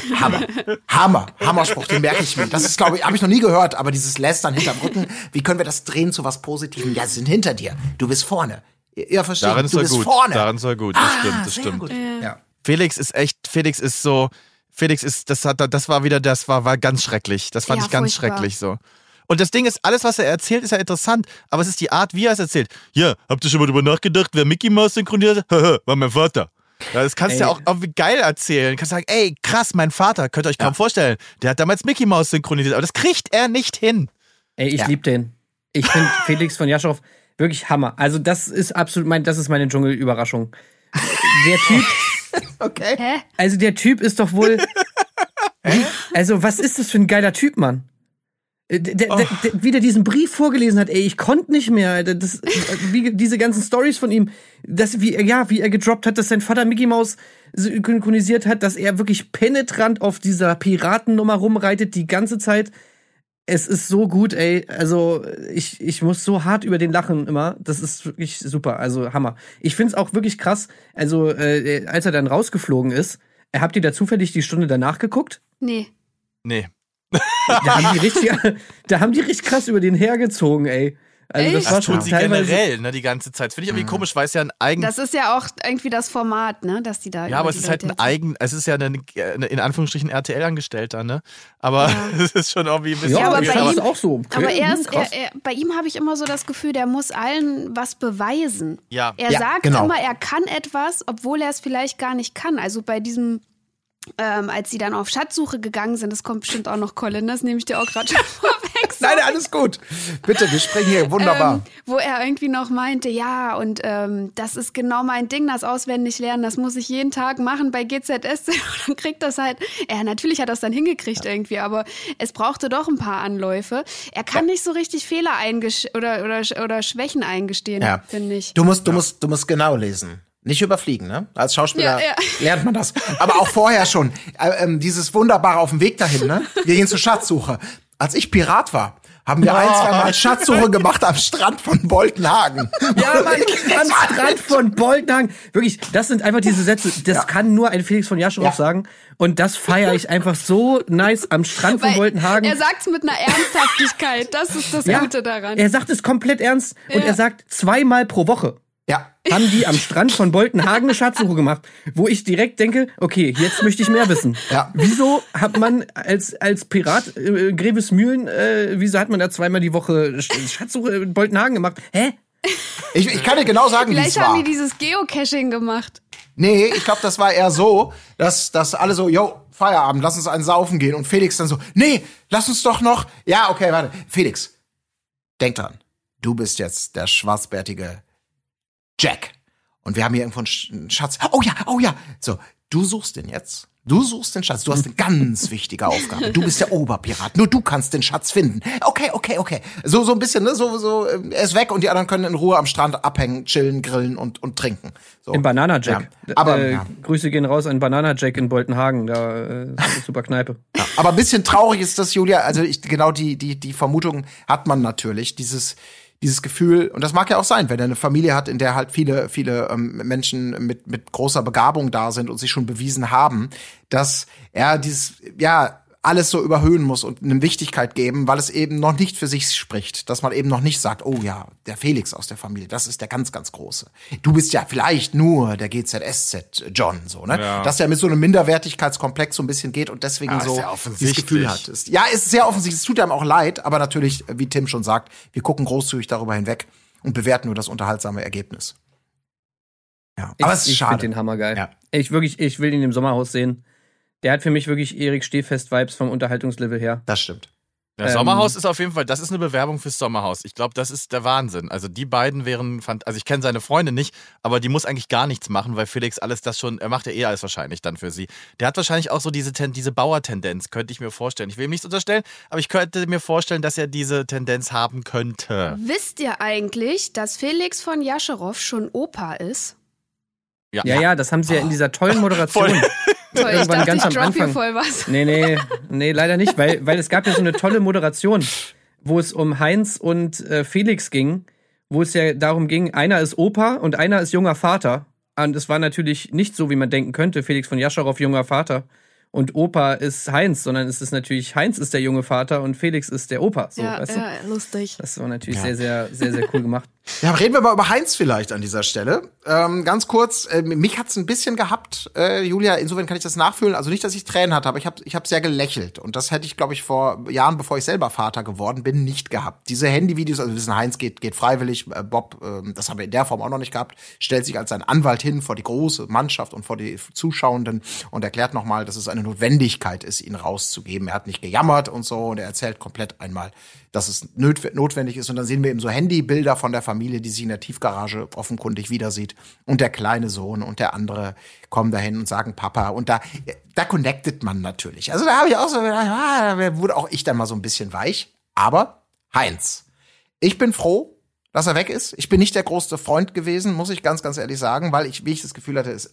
Hammerspruch, den merke ich mir. Das ist, glaube ich, habe ich noch nie gehört, aber dieses Lästern hinterm Rücken, wie können wir das drehen zu was Positivem? Ja, sie sind hinter dir. Du bist vorne. Ja, verstehe. Darin du bist vorne. Darin ist er gut, das stimmt. Gut. Ja. Felix ist, das war ganz schrecklich. Das fand ich ganz schrecklich so. Und das Ding ist, alles, was er erzählt, ist ja interessant, aber es ist die Art, wie er es erzählt. Ja, habt ihr schon mal drüber nachgedacht, wer Mickey Mouse synchronisiert hat? Haha, war mein Vater. Ja, das kannst du ja auch geil erzählen. Du kannst sagen, ey, krass, mein Vater, könnt ihr euch kaum vorstellen, der hat damals Mickey Mouse synchronisiert, aber das kriegt er nicht hin. Ey, ich liebe den. Ich finde Felix von Jaschow wirklich Hammer. Also das ist absolut das ist meine Dschungelüberraschung. Der Typ. Okay. Hä? Also der Typ ist doch wohl. Also was ist das für ein geiler Typ, Mann? Wie der diesen Brief vorgelesen hat, ey, ich konnte nicht mehr. Wie diese ganzen Storys von ihm, wie er gedroppt hat, dass sein Vater Mickey Mouse synchronisiert hat, dass er wirklich penetrant auf dieser Piratennummer rumreitet die ganze Zeit. Es ist so gut, ey. Also ich muss so hart über den lachen immer. Das ist wirklich super. Also Hammer. Ich find's auch wirklich krass. Also als er dann rausgeflogen ist, habt ihr da zufällig die Stunde danach geguckt? Nee. Da haben die richtig krass über den hergezogen, ey. Also das war schon tun sie generell, ne, die ganze Zeit. Finde ich irgendwie komisch, weil es ja ein eigenes. Das ist ja auch irgendwie das Format, ne, dass die da. Ja, aber es ist halt es ist ja ein in Anführungsstrichen RTL-Angestellter, ne? Aber es ist schon irgendwie ein bisschen. Ja, aber bei ihm ist auch so. Okay, aber bei ihm habe ich immer so das Gefühl, der muss allen was beweisen. Ja. Er sagt immer, er kann etwas, obwohl er es vielleicht gar nicht kann. Also bei diesem. Als sie dann auf Schatzsuche gegangen sind, das kommt bestimmt auch noch, Colin, das nehme ich dir auch gerade schon vorweg. Nein, alles gut. Bitte, wir springen hier, wunderbar. Wo er irgendwie noch meinte, ja, und das ist genau mein Ding, das auswendig lernen, das muss ich jeden Tag machen bei GZSZ. Und dann kriegt das halt, natürlich hat er es dann hingekriegt irgendwie, aber es brauchte doch ein paar Anläufe. Er kann nicht so richtig Fehler oder Schwächen eingestehen, finde ich. Du musst genau lesen. Nicht überfliegen, ne? Als Schauspieler lernt man das. Aber auch vorher schon. Dieses Wunderbare auf dem Weg dahin, ne? Wir gehen zur Schatzsuche. Als ich Pirat war, haben wir 1-2 Mal Schatzsuche gemacht am Strand von Boltenhagen. Ja, Mann, am Strand von Boltenhagen. Wirklich, das sind einfach diese Sätze, das kann nur ein Felix von Jaschow sagen. Und das feiere ich einfach so nice am Strand von Boltenhagen. Er sagt's mit einer Ernsthaftigkeit, das ist das Gute daran. Er sagt es komplett ernst und er sagt 2-mal pro Woche. Ja. Haben die am Strand von Boltenhagen eine Schatzsuche gemacht, wo ich direkt denke, okay, jetzt möchte ich mehr wissen. Ja. Wieso hat man als Pirat Grevesmühlen, wieso hat man da 2-mal die Woche Schatzsuche in Boltenhagen gemacht? Hä? Ich kann dir genau sagen, wie es war. Vielleicht haben die dieses Geocaching gemacht. Nee, ich glaube, das war eher so, dass alle so, Feierabend, lass uns einen saufen gehen. Und Felix dann so, nee, lass uns doch noch. Ja, okay, warte. Felix, denk dran, du bist jetzt der schwarzbärtige Jack. Und wir haben hier irgendwo einen Schatz. Oh ja. So, du suchst den jetzt. Du suchst den Schatz. Du hast eine ganz wichtige Aufgabe. Du bist der Oberpirat. Nur du kannst den Schatz finden. Okay. So ein bisschen, ne? So, er ist weg und die anderen können in Ruhe am Strand abhängen, chillen, grillen und trinken. So. In Banana Jack. Ja. Aber, Grüße gehen raus an Banana Jack in Boltenhagen. Da super Kneipe. Ja. Aber ein bisschen traurig ist das, Julia. Also genau die Vermutung hat man natürlich. Dieses Gefühl, und das mag ja auch sein, wenn er eine Familie hat, in der halt viele Menschen mit großer Begabung da sind und sich schon bewiesen haben, dass er alles so überhöhen muss und eine Wichtigkeit geben, weil es eben noch nicht für sich spricht. Dass man eben noch nicht sagt, oh ja, der Felix aus der Familie, das ist der ganz, ganz Große. Du bist ja vielleicht nur der GZSZ-John, so, ne? Ja. Dass er mit so einem Minderwertigkeitskomplex so ein bisschen geht und deswegen so dieses Gefühl hat. Ist sehr offensichtlich, es tut einem auch leid, aber natürlich, wie Tim schon sagt, wir gucken großzügig darüber hinweg und bewerten nur das unterhaltsame Ergebnis. Ja, aber es ist schade. Ich finde den Hammer geil. Ja. Ich will ihn im Sommerhaus sehen. Der hat für mich wirklich Erik Stehfest-Vibes vom Unterhaltungslevel her. Das stimmt. Ja, Sommerhaus ist auf jeden Fall, das ist eine Bewerbung fürs Sommerhaus. Ich glaube, das ist der Wahnsinn. Also die beiden also ich kenne seine Freunde nicht, aber die muss eigentlich gar nichts machen, weil Felix er macht ja alles wahrscheinlich dann für sie. Der hat wahrscheinlich auch so diese Bauertendenz, könnte ich mir vorstellen. Ich will ihm nichts unterstellen, aber ich könnte mir vorstellen, dass er diese Tendenz haben könnte. Wisst ihr eigentlich, dass Felix von Jaschow schon Opa ist? Ja, das haben sie ja in dieser tollen Moderation. Toll, ich dachte, ganz am Anfang. Voll was. Nee, leider nicht, weil es gab ja so eine tolle Moderation, wo es um Heinz und Felix ging, wo es ja darum ging, einer ist Opa und einer ist junger Vater. Und es war natürlich nicht so, wie man denken könnte, Felix von Jaschow junger Vater und Opa ist Heinz, sondern es ist natürlich, Heinz ist der junge Vater und Felix ist der Opa. So, weißt du? Lustig. Das war natürlich sehr, sehr, sehr, sehr cool gemacht. Ja, reden wir mal über Heinz vielleicht an dieser Stelle. Ganz kurz, mich hat's ein bisschen gehabt, Julia, insofern kann ich das nachfühlen. Also nicht, dass ich Tränen hatte, aber ich hab sehr gelächelt. Und das hätte ich, glaube ich, vor Jahren, bevor ich selber Vater geworden bin, nicht gehabt. Diese Handyvideos, also wir wissen, Heinz geht freiwillig, Bob, das haben wir in der Form auch noch nicht gehabt, stellt sich als sein Anwalt hin vor die große Mannschaft und vor die Zuschauenden und erklärt nochmal, dass es eine Notwendigkeit ist, ihn rauszugeben. Er hat nicht gejammert und so und er erzählt komplett einmal, dass es notwendig ist. Und dann sehen wir eben so Handybilder von der Familie, die sich in der Tiefgarage offenkundig wieder sieht. Und der kleine Sohn und der andere kommen dahin und sagen Papa. Und da connectet man natürlich. Also da habe ich auch so gedacht, da wurde auch ich dann mal so ein bisschen weich. Aber Heinz, ich bin froh, dass er weg ist. Ich bin nicht der größte Freund gewesen, muss ich ganz, ganz ehrlich sagen, weil wie ich das Gefühl hatte,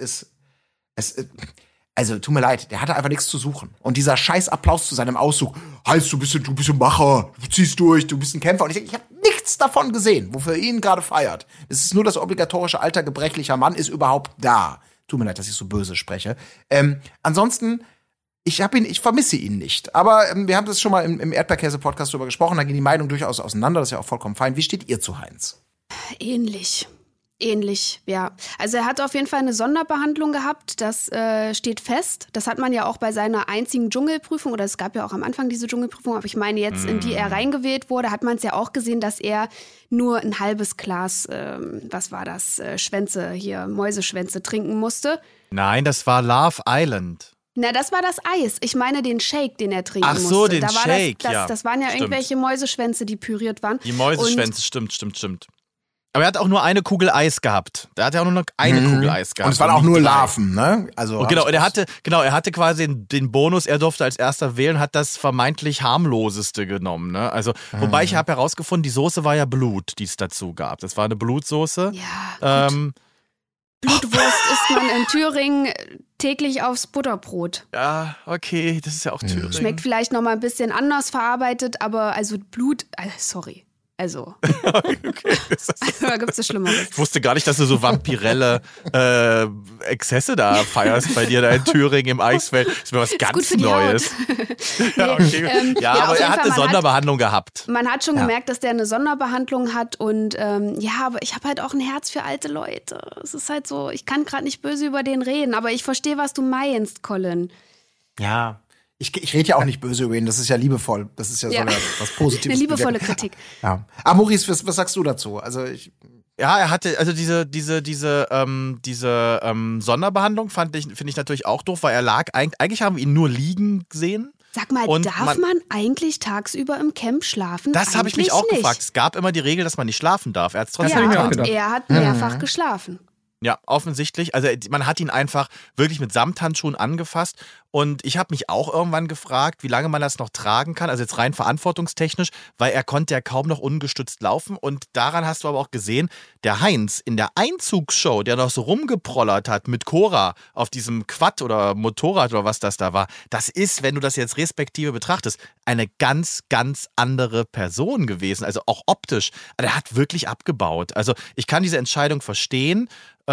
also, tut mir leid, der hatte einfach nichts zu suchen. Und dieser scheiß Applaus zu seinem Auszug, Heinz, du bist ein Macher, du ziehst durch, du bist ein Kämpfer. Und ich denke, ich habe nichts davon gesehen, wofür er ihn gerade feiert. Es ist nur das obligatorische Alter gebrechlicher Mann ist überhaupt da. Tut mir leid, dass ich so böse spreche. Ansonsten, ich vermisse ihn nicht. Aber wir haben das schon mal im Erdbeerkäse-Podcast drüber gesprochen, da gehen die Meinungen durchaus auseinander, das ist ja auch vollkommen fein. Wie steht ihr zu Heinz? Ähnlich, ja. Also er hat auf jeden Fall eine Sonderbehandlung gehabt, das steht fest. Das hat man ja auch bei seiner einzigen Dschungelprüfung, oder es gab ja auch am Anfang diese Dschungelprüfung, aber ich meine jetzt, in die er reingewählt wurde, hat man es ja auch gesehen, dass er nur ein halbes Glas, Mäuseschwänze trinken musste. Nein, das war Love Island. Na, das war das Eis. Ich meine den Shake, den er trinken musste. Ach so, den Shake, das waren ja irgendwelche Mäuseschwänze, die püriert waren. Die Mäuseschwänze, stimmt. Aber er hat auch nur eine Kugel Eis gehabt. Da hat er auch nur noch eine Kugel Eis gehabt. Und es waren auch nur Larven, ne? Also und er hatte quasi den Bonus, er durfte als erster wählen, hat das vermeintlich harmloseste genommen, ne? Also, wobei ich habe herausgefunden, die Soße war ja Blut, die es dazu gab. Das war eine Blutsoße. Ja, gut. Blutwurst isst man in Thüringen täglich aufs Butterbrot. Ja, okay, das ist ja auch Thüringen. Schmeckt vielleicht noch mal ein bisschen anders verarbeitet, aber also Blut, sorry. Also, Okay. da gibt es das Schlimmeres. Ich wusste gar nicht, dass du so vampirelle Exzesse da feierst bei dir da in Thüringen im Eichsfeld. Das ist mir was ganz Neues. Ja, okay. Aber er hat eine Sonderbehandlung gehabt. Man hat schon gemerkt, dass der eine Sonderbehandlung hat und aber ich habe halt auch ein Herz für alte Leute. Es ist halt so, ich kann gerade nicht böse über den reden, aber ich verstehe, was du meinst, Colin. Ja. Ich rede ja auch nicht böse über ihn, das ist ja liebevoll. Das ist ja, so was Positives. Eine liebevolle Kritik. Ja. Aber Maurice, was sagst du dazu? Also er hatte, also diese Sonderbehandlung finde ich natürlich auch doof, weil er lag, eigentlich haben wir ihn nur liegen gesehen. Sag mal, darf man eigentlich tagsüber im Camp schlafen? Das habe ich mich auch gefragt. Es gab immer die Regel, dass man nicht schlafen darf. Er hat es trotzdem und er hat mehrfach geschlafen. Ja, offensichtlich. Also man hat ihn einfach wirklich mit Samthandschuhen angefasst. Und ich habe mich auch irgendwann gefragt, wie lange man das noch tragen kann. Also jetzt rein verantwortungstechnisch, weil er konnte ja kaum noch ungestützt laufen. Und daran hast du aber auch gesehen, der Heinz in der Einzugsshow, der noch so rumgeprollert hat mit Cora auf diesem Quad oder Motorrad oder was das da war, das ist, wenn du das jetzt respektive betrachtest, eine ganz, ganz andere Person gewesen. Also auch optisch. Der hat wirklich abgebaut. Also ich kann diese Entscheidung verstehen.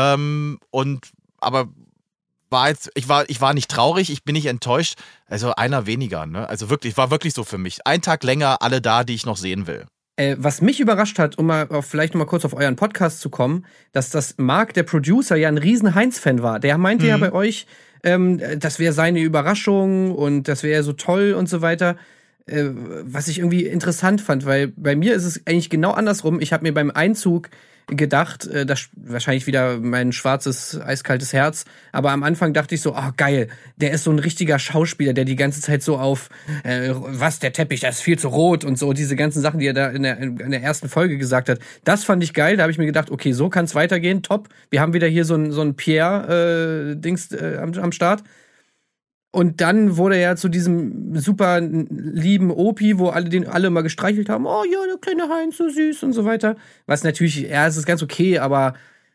Aber ich war nicht traurig, ich bin nicht enttäuscht. Also einer weniger, ne? Also wirklich, war wirklich so für mich. Ein Tag länger, alle da, die ich noch sehen will. Was mich überrascht hat, um vielleicht noch mal kurz auf euren Podcast zu kommen, dass das Marc, der Producer, ja ein riesen Heinz-Fan war. Der meinte ja bei euch, das wäre seine Überraschung und das wäre so toll und so weiter. Was ich irgendwie interessant fand, weil bei mir ist es eigentlich genau andersrum. Ich habe mir beim Einzug gedacht, das wahrscheinlich wieder mein schwarzes, eiskaltes Herz, aber am Anfang dachte ich so, geil, der ist so ein richtiger Schauspieler, der die ganze Zeit so auf, der Teppich, das ist viel zu rot und so, diese ganzen Sachen, die er da in der ersten Folge gesagt hat, das fand ich geil, da habe ich mir gedacht, okay, so kann es weitergehen, top, wir haben wieder hier so ein Pierre-Dings am Start. Und dann wurde er zu diesem super lieben Opi, wo alle mal gestreichelt haben. Oh ja, der kleine Heinz, so süß und so weiter. Was natürlich, es ist ganz okay, aber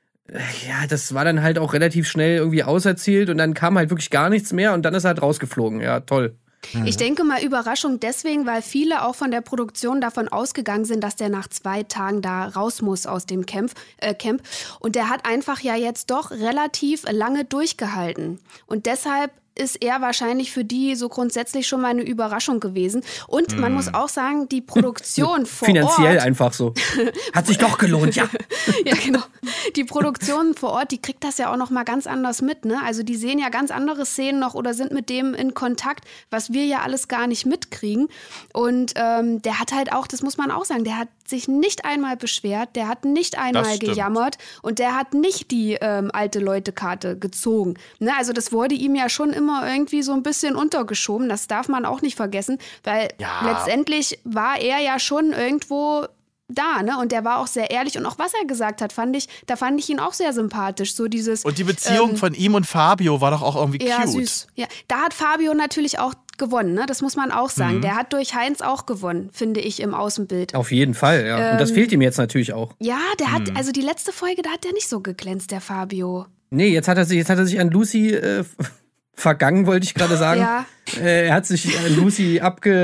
das war dann halt auch relativ schnell irgendwie auserzählt und dann kam halt wirklich gar nichts mehr und dann ist er halt rausgeflogen. Ja, toll. Ich denke mal Überraschung deswegen, weil viele auch von der Produktion davon ausgegangen sind, dass der nach 2 Tagen da raus muss aus dem Camp. Und der hat einfach ja jetzt doch relativ lange durchgehalten. Und deshalb ist er wahrscheinlich für die so grundsätzlich schon mal eine Überraschung gewesen. Und man muss auch sagen, die Produktion vor Ort... Finanziell einfach so. Hat sich doch gelohnt, ja. Ja, genau. Die Produktion vor Ort, die kriegt das ja auch noch mal ganz anders mit, ne? Also die sehen ja ganz andere Szenen noch oder sind mit dem in Kontakt, was wir ja alles gar nicht mitkriegen. Und der hat halt auch, das muss man auch sagen, der hat sich nicht einmal beschwert, der hat nicht einmal gejammert und der hat nicht die alte Leute-Karte gezogen. Ne? Also das wurde ihm ja schon immer irgendwie so ein bisschen untergeschoben, das darf man auch nicht vergessen, weil letztendlich war er ja schon irgendwo da, ne? Und der war auch sehr ehrlich und auch was er gesagt hat, fand ich ihn auch sehr sympathisch. So dieses, und die Beziehung von ihm und Fabio war doch auch irgendwie cute. Ja, süß. Ja, da hat Fabio natürlich auch gewonnen, ne? Das muss man auch sagen. Der hat durch Heinz auch gewonnen, finde ich, im Außenbild. Auf jeden Fall, ja. Und das fehlt ihm jetzt natürlich auch. Ja, der hat, also die letzte Folge, da hat der nicht so geglänzt, der Fabio. Nee, jetzt hat er sich an Lucy vergangen, wollte ich gerade sagen. Ja. Er hat sich Lucy er hat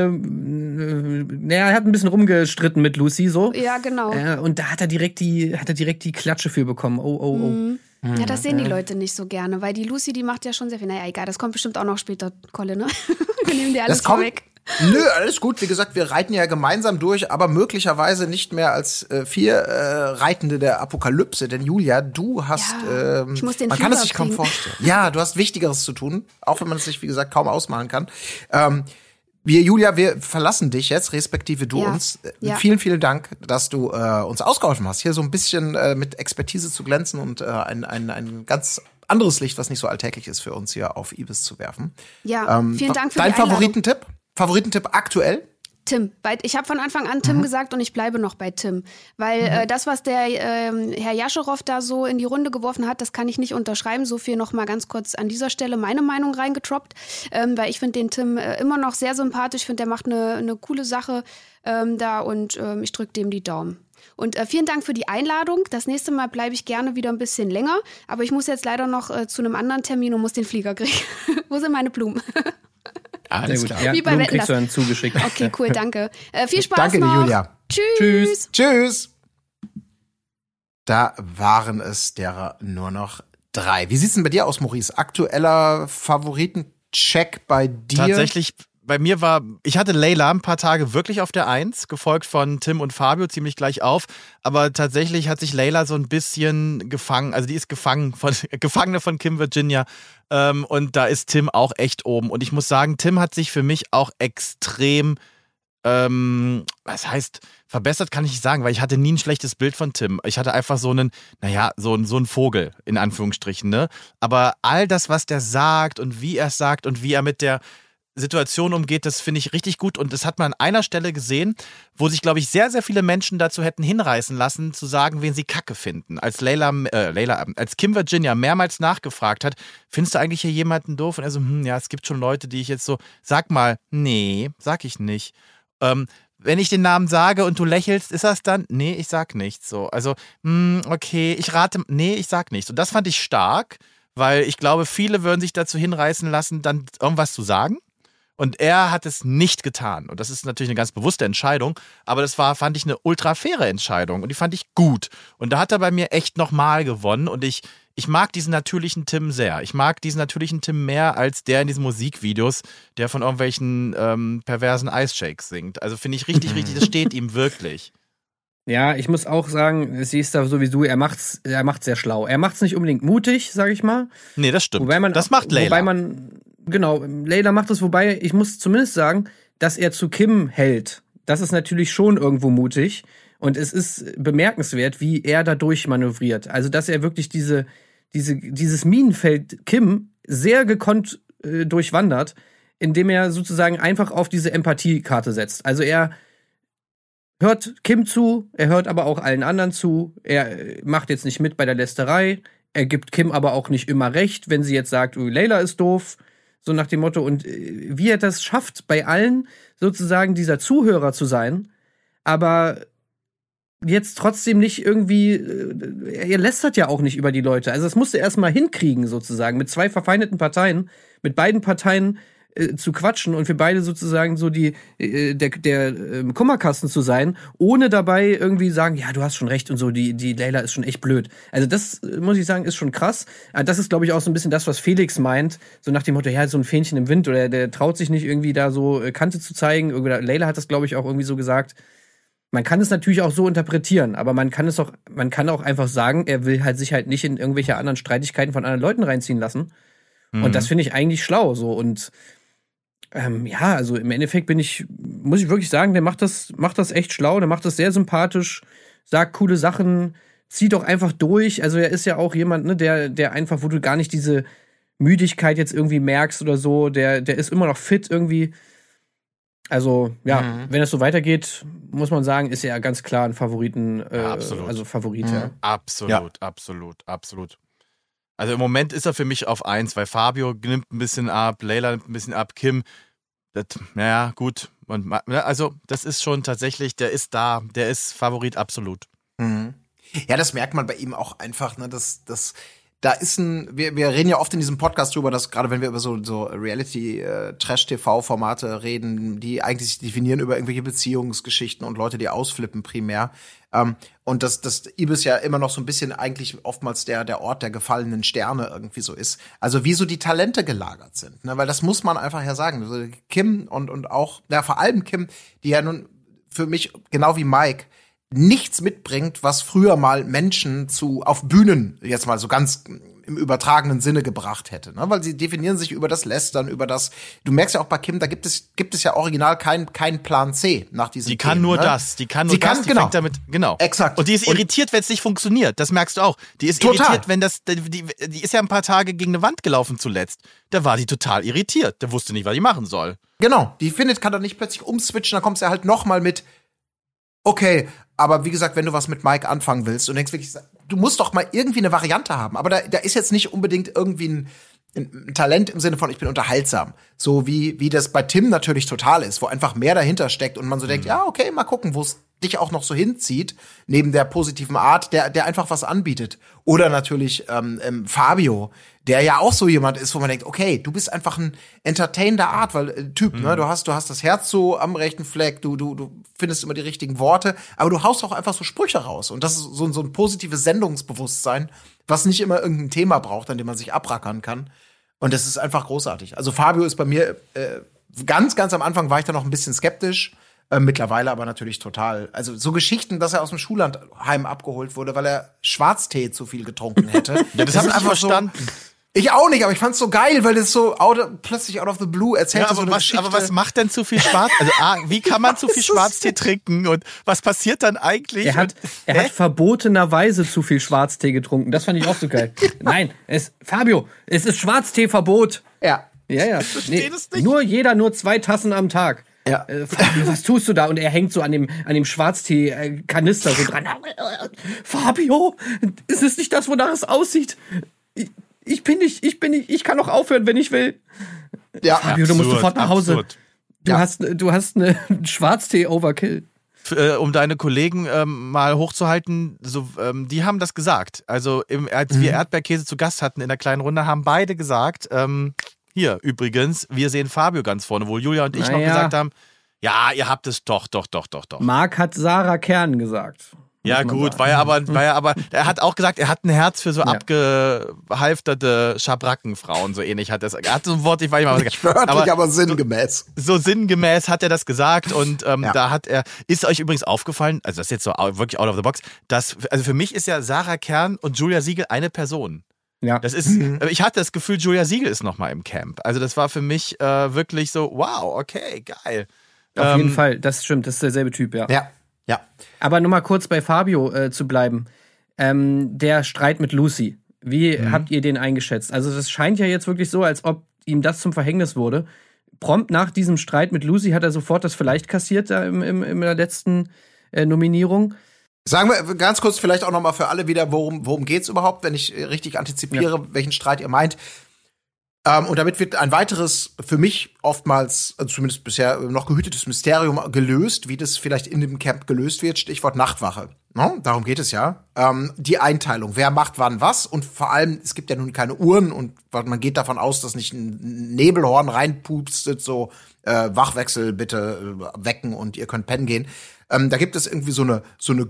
ein bisschen rumgestritten mit Lucy, so. Ja, genau. Und da hat er direkt die Klatsche für bekommen. Oh. Ja, das sehen die Leute nicht so gerne, weil die Lucy, die macht ja schon sehr viel. Naja, egal, das kommt bestimmt auch noch später, Colin, ne? Wir nehmen dir alles vorweg. Nö, alles gut. Wie gesagt, wir reiten ja gemeinsam durch, aber möglicherweise nicht mehr als 4 Reitende der Apokalypse. Denn Julia, du hast, ich muss den man kann es sich kaum vorstellen. Ja, du hast Wichtigeres zu tun, auch wenn man es sich, wie gesagt, kaum ausmalen kann. Julia, wir verlassen dich jetzt, respektive du uns. Vielen, vielen Dank, dass du uns ausgeholfen hast, hier so ein bisschen mit Expertise zu glänzen und ein ganz anderes Licht, was nicht so alltäglich ist, für uns hier auf Ibis zu werfen. Ja, vielen Dank für dein die Einladung. Favoritentipp aktuell? Tim. Ich habe von Anfang an Tim gesagt und ich bleibe noch bei Tim. Weil das, was der Herr Jascherow da so in die Runde geworfen hat, das kann ich nicht unterschreiben. So viel noch mal ganz kurz an dieser Stelle meine Meinung reingetroppt. Weil ich finde den Tim immer noch sehr sympathisch. Ich finde, der macht eine coole Sache da und ich drücke dem die Daumen. Und vielen Dank für die Einladung. Das nächste Mal bleibe ich gerne wieder ein bisschen länger. Aber ich muss jetzt leider noch zu einem anderen Termin und muss den Flieger kriegen. Wo sind meine Blumen? Alles klar. Ja, Wie bei Blumen Wetten, kriegst du dann zugeschickt. Okay, cool, danke. Viel Spaß Danke noch. dir, Julia. Tschüss. Tschüss. Da waren es derer nur noch 3. Wie sieht's denn bei dir aus, Maurice? Aktueller Favoritencheck bei dir? Tatsächlich, bei mir ich hatte Layla ein paar Tage wirklich auf der 1, gefolgt von Tim und Fabio ziemlich gleich auf. Aber tatsächlich hat sich Layla so ein bisschen gefangen, also die ist Gefangene von Kim Virginia. Und da ist Tim auch echt oben. Und ich muss sagen, Tim hat sich für mich auch extrem, was heißt, verbessert kann ich nicht sagen, weil ich hatte nie ein schlechtes Bild von Tim. Ich hatte einfach so einen Vogel, in Anführungsstrichen, ne? Aber all das, was der sagt und wie er es sagt und wie er mit der Situation umgeht, das finde ich richtig gut. Und das hat man an einer Stelle gesehen, wo sich, glaube ich, sehr, sehr viele Menschen dazu hätten hinreißen lassen, zu sagen, wen sie Kacke finden. Als als Kim Virginia mehrmals nachgefragt hat, findest du eigentlich hier jemanden doof? Und er so, ja, es gibt schon Leute, die ich jetzt so, sag mal, nee, sag ich nicht. Wenn ich den Namen sage und du lächelst, ist das dann? Nee, ich sag nichts. So, also, okay, ich rate, nee, ich sag nichts. Und das fand ich stark, weil ich glaube, viele würden sich dazu hinreißen lassen, dann irgendwas zu sagen. Und er hat es nicht getan. Und das ist natürlich eine ganz bewusste Entscheidung. Aber das fand ich, eine ultra faire Entscheidung. Und die fand ich gut. Und da hat er bei mir echt nochmal gewonnen. Und ich mag diesen natürlichen Tim sehr. Ich mag diesen natürlichen Tim mehr als der in diesen Musikvideos, der von irgendwelchen perversen Ice-Shakes singt. Also finde ich richtig, das steht ihm wirklich. Ja, ich muss auch sagen, sie ist da so wie du, er macht's sehr schlau. Er macht's nicht unbedingt mutig, sag ich mal. Nee, das stimmt. Das macht Layla. Genau, Layla macht es, wobei ich muss zumindest sagen, dass er zu Kim hält. Das ist natürlich schon irgendwo mutig und es ist bemerkenswert, wie er da durchmanövriert. Also, dass er wirklich dieses Minenfeld Kim sehr gekonnt durchwandert, indem er sozusagen einfach auf diese Empathiekarte setzt. Also er hört Kim zu, er hört aber auch allen anderen zu, er macht jetzt nicht mit bei der Lästerei, er gibt Kim aber auch nicht immer recht, wenn sie jetzt sagt, Layla ist doof, so nach dem Motto. Und wie er das schafft, bei allen sozusagen dieser Zuhörer zu sein, aber jetzt trotzdem nicht irgendwie, er lästert ja auch nicht über die Leute. Also das musste er erstmal hinkriegen sozusagen, mit 2 verfeindeten Parteien, mit beiden Parteien zu quatschen und für beide sozusagen so der Kummerkasten zu sein, ohne dabei irgendwie sagen, ja, du hast schon recht und so, die Layla ist schon echt blöd. Also das, muss ich sagen, ist schon krass. Das ist, glaube ich, auch so ein bisschen das, was Felix meint, so nach dem Motto, ja, so ein Fähnchen im Wind oder der traut sich nicht irgendwie da so Kante zu zeigen. Layla hat das, glaube ich, auch irgendwie so gesagt. Man kann es natürlich auch so interpretieren, aber man kann auch einfach sagen, er will halt sich halt nicht in irgendwelche anderen Streitigkeiten von anderen Leuten reinziehen lassen. Und das finde ich eigentlich schlau, so. Und ja, also im Endeffekt muss ich wirklich sagen, der macht das echt schlau, der macht das sehr sympathisch, sagt coole Sachen, zieht auch einfach durch. Also er ist ja auch jemand, ne, der einfach, wo du gar nicht diese Müdigkeit jetzt irgendwie merkst oder so, der ist immer noch fit irgendwie. Also, ja, wenn es so weitergeht, muss man sagen, ist er ganz klar ein Favoriten, absolut. Also Favorit, ja. Absolut. Also im Moment ist er für mich auf 1, weil Fabio nimmt ein bisschen ab, Layla nimmt ein bisschen ab, Kim, naja, gut. Und, also das ist schon tatsächlich, der ist da, der ist Favorit absolut. Ja, das merkt man bei ihm auch einfach, ne, da ist wir reden ja oft in diesem Podcast drüber, dass gerade wenn wir über so Reality-Trash-TV-Formate reden, die eigentlich sich definieren über irgendwelche Beziehungsgeschichten und Leute, die ausflippen primär. Und dass Ibis ja immer noch so ein bisschen eigentlich oftmals der Ort der gefallenen Sterne irgendwie so ist. Also wie so die Talente gelagert sind, ne? Weil das muss man einfach ja sagen. Also Kim und auch, ja, vor allem Kim, die ja nun für mich, genau wie Mike, nichts mitbringt, was früher mal Menschen auf Bühnen, jetzt mal so ganz im übertragenen Sinne gebracht hätte. Ne? Weil sie definieren sich über das Lästern, über das, du merkst ja auch bei Kim, da gibt es ja original kein Plan C nach diesem Die kann nur das, die fängt damit, genau. Exakt. Und die ist irritiert, wenn es nicht funktioniert, das merkst du auch. Die ist irritiert, wenn die ist ja ein paar Tage gegen eine Wand gelaufen zuletzt. Da war die total irritiert, der wusste nicht, was die machen soll. Genau, die kann dann nicht plötzlich umswitchen, dann kommst du ja halt nochmal mit, okay, aber wie gesagt, wenn du was mit Mike anfangen willst und denkst wirklich, du musst doch mal irgendwie eine Variante haben. Aber da ist jetzt nicht unbedingt irgendwie ein Talent im Sinne von, ich bin unterhaltsam. So wie das bei Tim natürlich total ist, wo einfach mehr dahinter steckt und man so denkt, ja, okay, mal gucken, wo es dich auch noch so hinzieht, neben der positiven Art, der einfach was anbietet. Oder natürlich Fabio, der ja auch so jemand ist, wo man denkt, okay, du bist einfach ein entertainender Art, weil Typ, ne, du hast das Herz so am rechten Fleck, du findest immer die richtigen Worte, aber du haust auch einfach so Sprüche raus. Und das ist so ein positives Sendungsbewusstsein, was nicht immer irgendein Thema braucht, an dem man sich abrackern kann. Und das ist einfach großartig. Also Fabio ist bei mir ganz, ganz am Anfang war ich da noch ein bisschen skeptisch. Mittlerweile aber natürlich total. Also so Geschichten, dass er aus dem Schullandheim abgeholt wurde, weil er Schwarztee zu viel getrunken hätte. Ja, das habe ich einfach verstanden. So, ich auch nicht, aber ich fand's so geil, weil das so plötzlich out of the blue erzählt. Ja, aber was macht denn zu viel Schwarz? Also wie kann man zu viel Schwarztee trinken und was passiert dann eigentlich? Er hat verbotenerweise zu viel Schwarztee getrunken. Das fand ich auch so geil. Nein, Fabio, es ist Schwarzteeverbot. Ja. Ja. Ich verstehe das nicht. Nur 2 Tassen am Tag. Ja. Fabio, was tust du da? Und er hängt so an dem Schwarztee-Kanister so dran. Fabio, ist es nicht das, wonach es aussieht? Ich kann doch aufhören, wenn ich will. Ja, Fabio, du musst sofort nach Hause. Absurd. Du hast eine Schwarztee-Overkill. Um deine Kollegen mal hochzuhalten, die haben das gesagt. Also als wir Erdbeerkäse zu Gast hatten in der kleinen Runde, haben beide gesagt, hier übrigens, wir sehen Fabio ganz vorne, wo Julia und ich noch gesagt haben, ja, ihr habt es doch. Marc hat Sarah Kern gesagt. Ja gut, war ja aber, er hat auch gesagt, er hat ein Herz für so abgehalfterte Schabrackenfrauen, so ähnlich hat er es. Er hat so ein Wort, ich weiß nicht mal, nicht wörtlich, aber sinngemäß. So sinngemäß hat er das gesagt und da ist euch übrigens aufgefallen, also das ist jetzt so wirklich out of the box, also für mich ist ja Sarah Kern und Julia Siegel eine Person. Ja. Das ist, ich hatte das Gefühl, Julia Siegel ist nochmal im Camp. Also das war für mich wirklich so, wow, okay, geil. Auf jeden Fall, das stimmt, das ist derselbe Typ, ja. Ja. Aber nur mal kurz bei Fabio zu bleiben. Der Streit mit Lucy, wie habt ihr den eingeschätzt? Also das scheint ja jetzt wirklich so, als ob ihm das zum Verhängnis wurde. Prompt nach diesem Streit mit Lucy hat er sofort das Vielleicht kassiert da in der letzten Nominierung. Sagen wir ganz kurz vielleicht auch noch mal für alle wieder, worum geht's überhaupt, wenn ich richtig antizipiere, welchen Streit ihr meint. Und damit wird ein weiteres, für mich oftmals, also zumindest bisher noch gehütetes Mysterium gelöst, wie das vielleicht in dem Camp gelöst wird, Stichwort Nachtwache. No? Darum geht es ja. Die Einteilung, wer macht wann was und vor allem, es gibt ja nun keine Uhren und man geht davon aus, dass nicht ein Nebelhorn reinpupstet, so Wachwechsel bitte wecken und ihr könnt pennen gehen. Da gibt es irgendwie so eine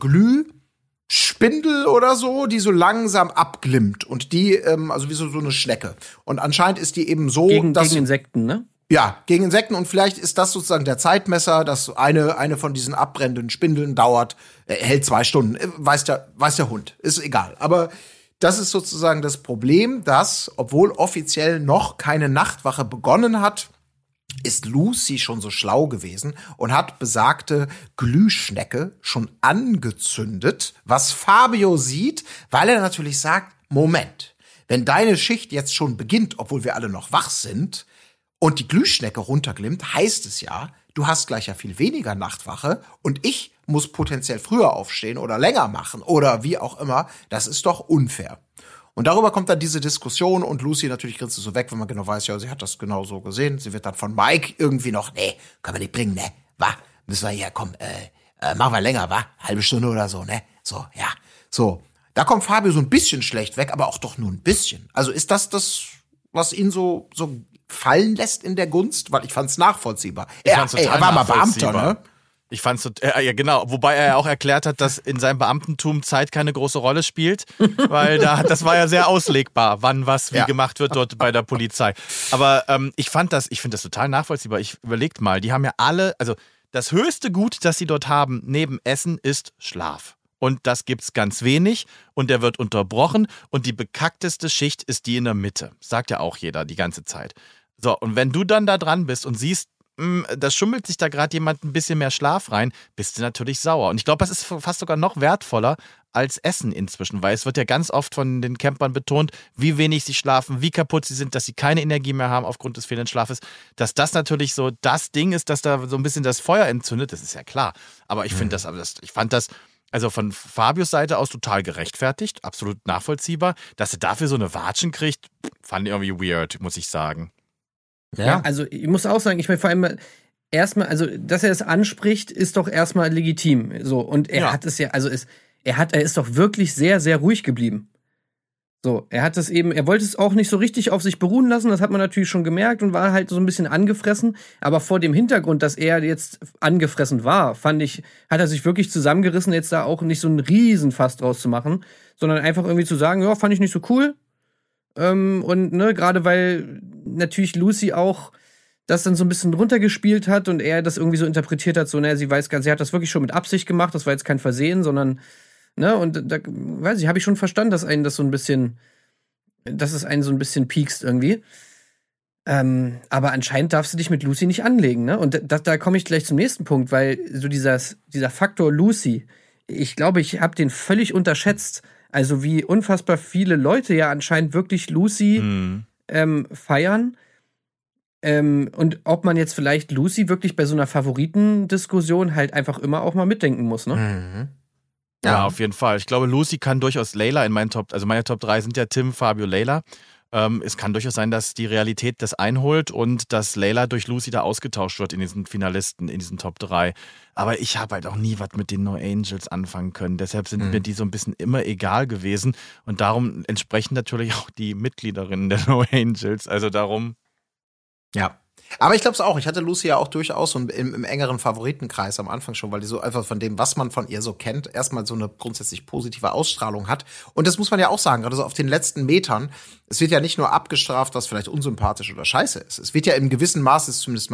Glühspindel oder so, die so langsam abglimmt und die, also wie so eine Schnecke. Und anscheinend ist die eben so, gegen Insekten, ne? Ja, gegen Insekten und vielleicht ist das sozusagen der Zeitmesser, dass eine von diesen abbrennenden Spindeln dauert, hält 2 Stunden, weiß der Hund, ist egal. Aber das ist sozusagen das Problem, dass, obwohl offiziell noch keine Nachtwache begonnen hat, ist Lucy schon so schlau gewesen und hat besagte Glühschnecke schon angezündet, was Fabio sieht, weil er natürlich sagt, Moment, wenn deine Schicht jetzt schon beginnt, obwohl wir alle noch wach sind, und die Glühschnecke runterglimmt, heißt es ja, du hast gleich ja viel weniger Nachtwache und ich muss potenziell früher aufstehen oder länger machen oder wie auch immer. Das ist doch unfair. Und darüber kommt dann diese Diskussion und Lucy natürlich grinst so weg, wenn man genau weiß, ja, sie hat das genau so gesehen. Sie wird dann von Mike irgendwie noch, nee, können wir nicht bringen, ne? Müssen wir hier, komm, machen wir länger, halbe Stunde oder so, ne? So, ja, so. Da kommt Fabio so ein bisschen schlecht weg, aber auch doch nur ein bisschen. Also ist das, was ihn so fallen lässt in der Gunst? Weil ich fand's nachvollziehbar. Er war mal Beamter, ne? Ich fand's so, ja genau, wobei er ja auch erklärt hat, dass in seinem Beamtentum Zeit keine große Rolle spielt, weil das war ja sehr auslegbar, wann was wie gemacht wird dort bei der Polizei. Aber ich finde das total nachvollziehbar. Überlegt mal, die haben ja alle, also das höchste Gut, das sie dort haben, neben Essen, ist Schlaf. und das gibt's ganz wenig und der wird unterbrochen und die bekackteste Schicht ist die in der Mitte. Sagt ja auch jeder die ganze Zeit. So, und wenn du dann da dran bist und siehst, da schummelt sich da gerade jemand ein bisschen mehr Schlaf rein, bist du natürlich sauer. Und ich glaube, das ist fast sogar noch wertvoller als Essen inzwischen, weil es wird ja ganz oft von den Campern betont, wie wenig sie schlafen, wie kaputt sie sind, dass sie keine Energie mehr haben aufgrund des fehlenden Schlafes. Dass das natürlich so das Ding ist, dass da so ein bisschen das Feuer entzündet, das ist ja klar. Aber ich finde ich fand das also von Fabius Seite aus total gerechtfertigt, absolut nachvollziehbar. Dass er dafür so eine Watschen kriegt, fand ich irgendwie weird, muss ich sagen. Ja, also ich muss auch sagen, ich meine vor allem erstmal, also dass er es anspricht, ist doch erstmal legitim. So, und er hat es ja, also er ist doch wirklich sehr, sehr ruhig geblieben. So, er wollte es auch nicht so richtig auf sich beruhen lassen, das hat man natürlich schon gemerkt und war halt so ein bisschen angefressen. Aber vor dem Hintergrund, dass er jetzt angefressen war, fand ich, hat er sich wirklich zusammengerissen, jetzt da auch nicht so einen Riesenfass draus zu machen, sondern einfach irgendwie zu sagen, ja, fand ich nicht so cool. Und ne, gerade weil natürlich Lucy auch das dann so ein bisschen runtergespielt hat und er das irgendwie so interpretiert hat, so, sie hat das wirklich schon mit Absicht gemacht, das war jetzt kein Versehen, sondern, ne, und da, weiß ich, habe ich schon verstanden, dass es einen so ein bisschen piekst irgendwie. Aber anscheinend darfst du dich mit Lucy nicht anlegen, ne? Und da komme ich gleich zum nächsten Punkt, weil so dieser Faktor Lucy, ich glaube, ich habe den völlig unterschätzt. Also wie unfassbar viele Leute ja anscheinend wirklich Lucy feiern. Und ob man jetzt vielleicht Lucy wirklich bei so einer Favoritendiskussion halt einfach immer auch mal mitdenken muss, ne? Mhm. Ja, auf jeden Fall. Ich glaube, Lucy kann durchaus Layla in meine Top 3 sind ja Tim, Fabio, Layla. Es kann durchaus sein, dass die Realität das einholt und dass Layla durch Lucy da ausgetauscht wird in diesen Finalisten, in diesen Top 3. Aber ich habe halt auch nie was mit den No Angels anfangen können. Deshalb sind mir die so ein bisschen immer egal gewesen. Und darum entsprechen natürlich auch die Mitgliederinnen der No Angels. Also darum. Ja. Aber ich glaube es auch. Ich hatte Lucy ja auch durchaus so im engeren Favoritenkreis am Anfang schon, weil die so einfach von dem, was man von ihr so kennt, erstmal so eine grundsätzlich positive Ausstrahlung hat. Und das muss man ja auch sagen, gerade so auf den letzten Metern. Es wird ja nicht nur abgestraft, was vielleicht unsympathisch oder scheiße ist. Es wird ja im gewissen Maße, ist zumindest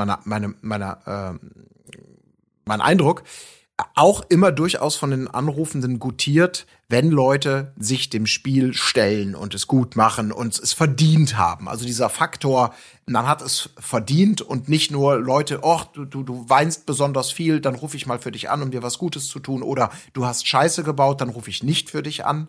mein Eindruck, auch immer durchaus von den Anrufenden gutiert, wenn Leute sich dem Spiel stellen und es gut machen und es verdient haben. Also dieser Faktor, man hat es verdient und nicht nur Leute, du weinst besonders viel, dann rufe ich mal für dich an, um dir was Gutes zu tun, oder du hast Scheiße gebaut, dann rufe ich nicht für dich an.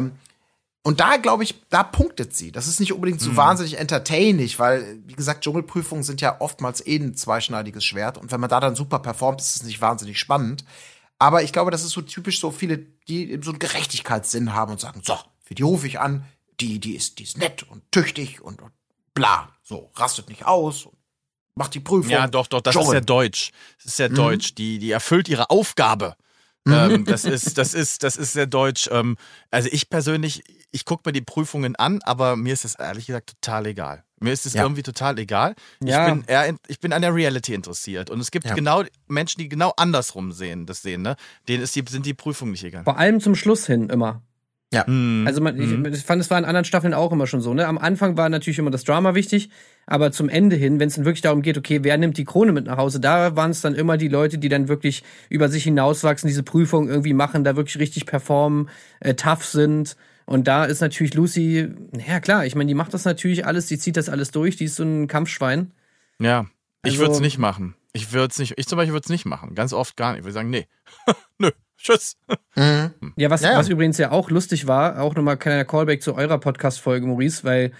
Und da, glaube ich, da punktet sie. Das ist nicht unbedingt so wahnsinnig entertaining, weil, wie gesagt, Dschungelprüfungen sind ja oftmals ein zweischneidiges Schwert. Und wenn man da dann super performt, ist es nicht wahnsinnig spannend. Aber ich glaube, das ist so typisch so viele, die so einen Gerechtigkeitssinn haben und sagen, so, für die rufe ich an, die ist nett und tüchtig und bla. So, rastet nicht aus und macht die Prüfung. Ja, doch, das ist ja deutsch. Das ist ja deutsch. Die erfüllt ihre Aufgabe. Das ist sehr deutsch. Also ich persönlich, ich gucke mir die Prüfungen an, aber mir ist es ehrlich gesagt total egal. Mir ist es irgendwie total egal. Ja. Ich bin an der Reality interessiert. Und es gibt genau Menschen, die genau andersrum sehen, ne? Denen sind die Prüfungen nicht egal. Vor allem zum Schluss hin immer. Ja. Also ich fand, es war in anderen Staffeln auch immer schon so, ne? Am Anfang war natürlich immer das Drama wichtig, aber zum Ende hin, wenn es dann wirklich darum geht, okay, wer nimmt die Krone mit nach Hause, da waren es dann immer die Leute, die dann wirklich über sich hinauswachsen, diese Prüfung irgendwie machen, da wirklich richtig performen, tough sind. Und da ist natürlich Lucy, naja klar, ich meine, die macht das natürlich alles, die zieht das alles durch, die ist so ein Kampfschwein. Ja, ich würde es nicht machen. Ich zum Beispiel würde es nicht machen, ganz oft gar nicht. Ich würde sagen, nee, nö. Tschüss. Ja, was übrigens ja auch lustig war, auch nochmal kleiner Callback zu eurer Podcast-Folge, Maurice, weil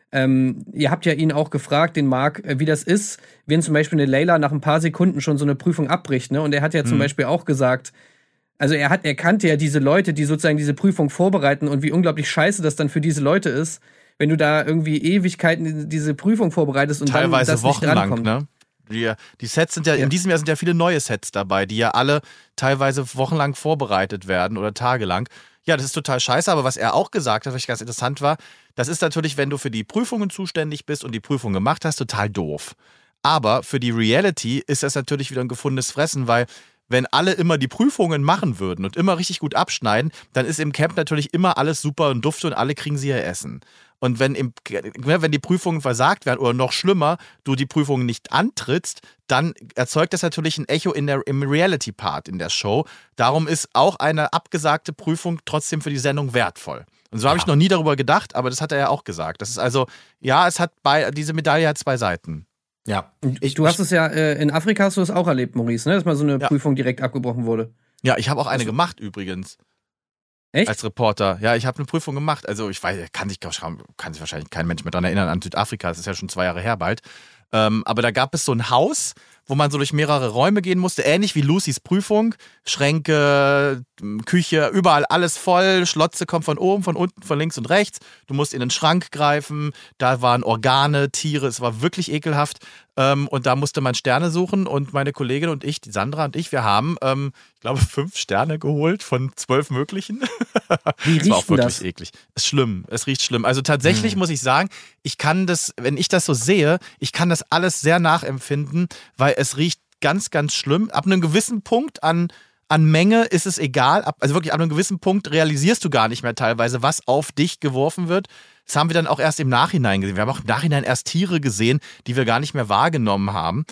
ihr habt ja ihn auch gefragt, den Marc, wie das ist, wenn zum Beispiel eine Layla nach ein paar Sekunden schon so eine Prüfung abbricht, ne? Und er hat ja zum Beispiel auch gesagt, also er kannte ja diese Leute, die sozusagen diese Prüfung vorbereiten und wie unglaublich scheiße das dann für diese Leute ist, wenn du da irgendwie Ewigkeiten diese Prüfung vorbereitest und teilweise dann das wochenlang, nicht drankommt. Ne? Die Sets sind ja, in diesem Jahr sind ja viele neue Sets dabei, die ja alle teilweise wochenlang vorbereitet werden oder tagelang. Ja, das ist total scheiße, aber was er auch gesagt hat, was ganz interessant war, das ist natürlich, wenn du für die Prüfungen zuständig bist und die Prüfung gemacht hast, total doof. Aber für die Reality ist das natürlich wieder ein gefundenes Fressen, weil wenn alle immer die Prüfungen machen würden und immer richtig gut abschneiden, dann ist im Camp natürlich immer alles super und dufte und alle kriegen sie ihr Essen. Und wenn die Prüfungen versagt werden oder noch schlimmer, du die Prüfungen nicht antrittst, dann erzeugt das natürlich ein Echo im Reality-Part in der Show. Darum ist auch eine abgesagte Prüfung trotzdem für die Sendung wertvoll. Und so habe ich noch nie darüber gedacht, aber das hat er ja auch gesagt. Das ist also, ja, diese Medaille hat 2 Seiten. Ja. Du hast es ja, in Afrika hast du es auch erlebt, Maurice, ne? Dass mal so eine Prüfung direkt abgebrochen wurde. Ja, ich habe auch eine gemacht übrigens. Echt? Als Reporter. Ja, ich habe eine Prüfung gemacht. Also ich weiß, kann sich wahrscheinlich kein Mensch mehr daran erinnern an Südafrika. Das ist ja schon 2 Jahre her bald. Aber da gab es so ein Haus, wo man so durch mehrere Räume gehen musste, ähnlich wie Lucys Prüfung. Schränke, Küche, überall alles voll. Schlotze kommt von oben, von unten, von links und rechts. Du musst in den Schrank greifen. Da waren Organe, Tiere. Es war wirklich ekelhaft. Und da musste man Sterne suchen. Und meine Kollegin und ich, die Sandra und ich, wir haben, ich glaube, 5 Sterne geholt von 12 möglichen. Wie riecht war auch wirklich das? eklig. Ist schlimm. Es riecht schlimm. Also tatsächlich muss ich sagen, ich kann das, wenn ich das so sehe, ich kann das alles sehr nachempfinden, weil es riecht ganz, ganz schlimm. Ab einem gewissen Punkt an Menge ist es egal. Also wirklich ab einem gewissen Punkt realisierst du gar nicht mehr teilweise, was auf dich geworfen wird. Das haben wir dann auch erst im Nachhinein gesehen. Wir haben auch im Nachhinein erst Tiere gesehen, die wir gar nicht mehr wahrgenommen haben.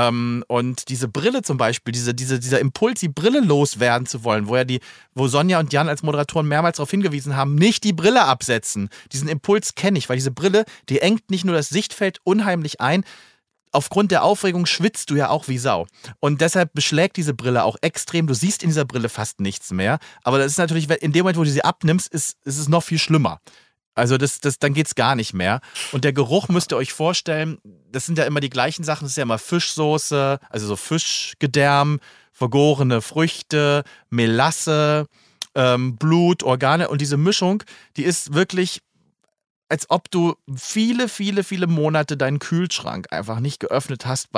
Und diese Brille zum Beispiel, dieser Impuls, die Brille loswerden zu wollen, wo Sonja und Jan als Moderatoren mehrmals darauf hingewiesen haben, nicht die Brille absetzen. Diesen Impuls kenne ich, weil diese Brille, die engt nicht nur das Sichtfeld unheimlich ein, aufgrund der Aufregung schwitzt du ja auch wie Sau. Und deshalb beschlägt diese Brille auch extrem. Du siehst in dieser Brille fast nichts mehr. Aber das ist natürlich, in dem Moment, wo du sie abnimmst, ist es noch viel schlimmer. Also dann geht's gar nicht mehr. Und der Geruch müsst ihr euch vorstellen, das sind ja immer die gleichen Sachen. Das ist ja immer Fischsoße, also so Fischgedärm, vergorene Früchte, Melasse, Blut, Organe. Und diese Mischung, die ist wirklich, als ob du viele, viele, viele Monate deinen Kühlschrank einfach nicht geöffnet hast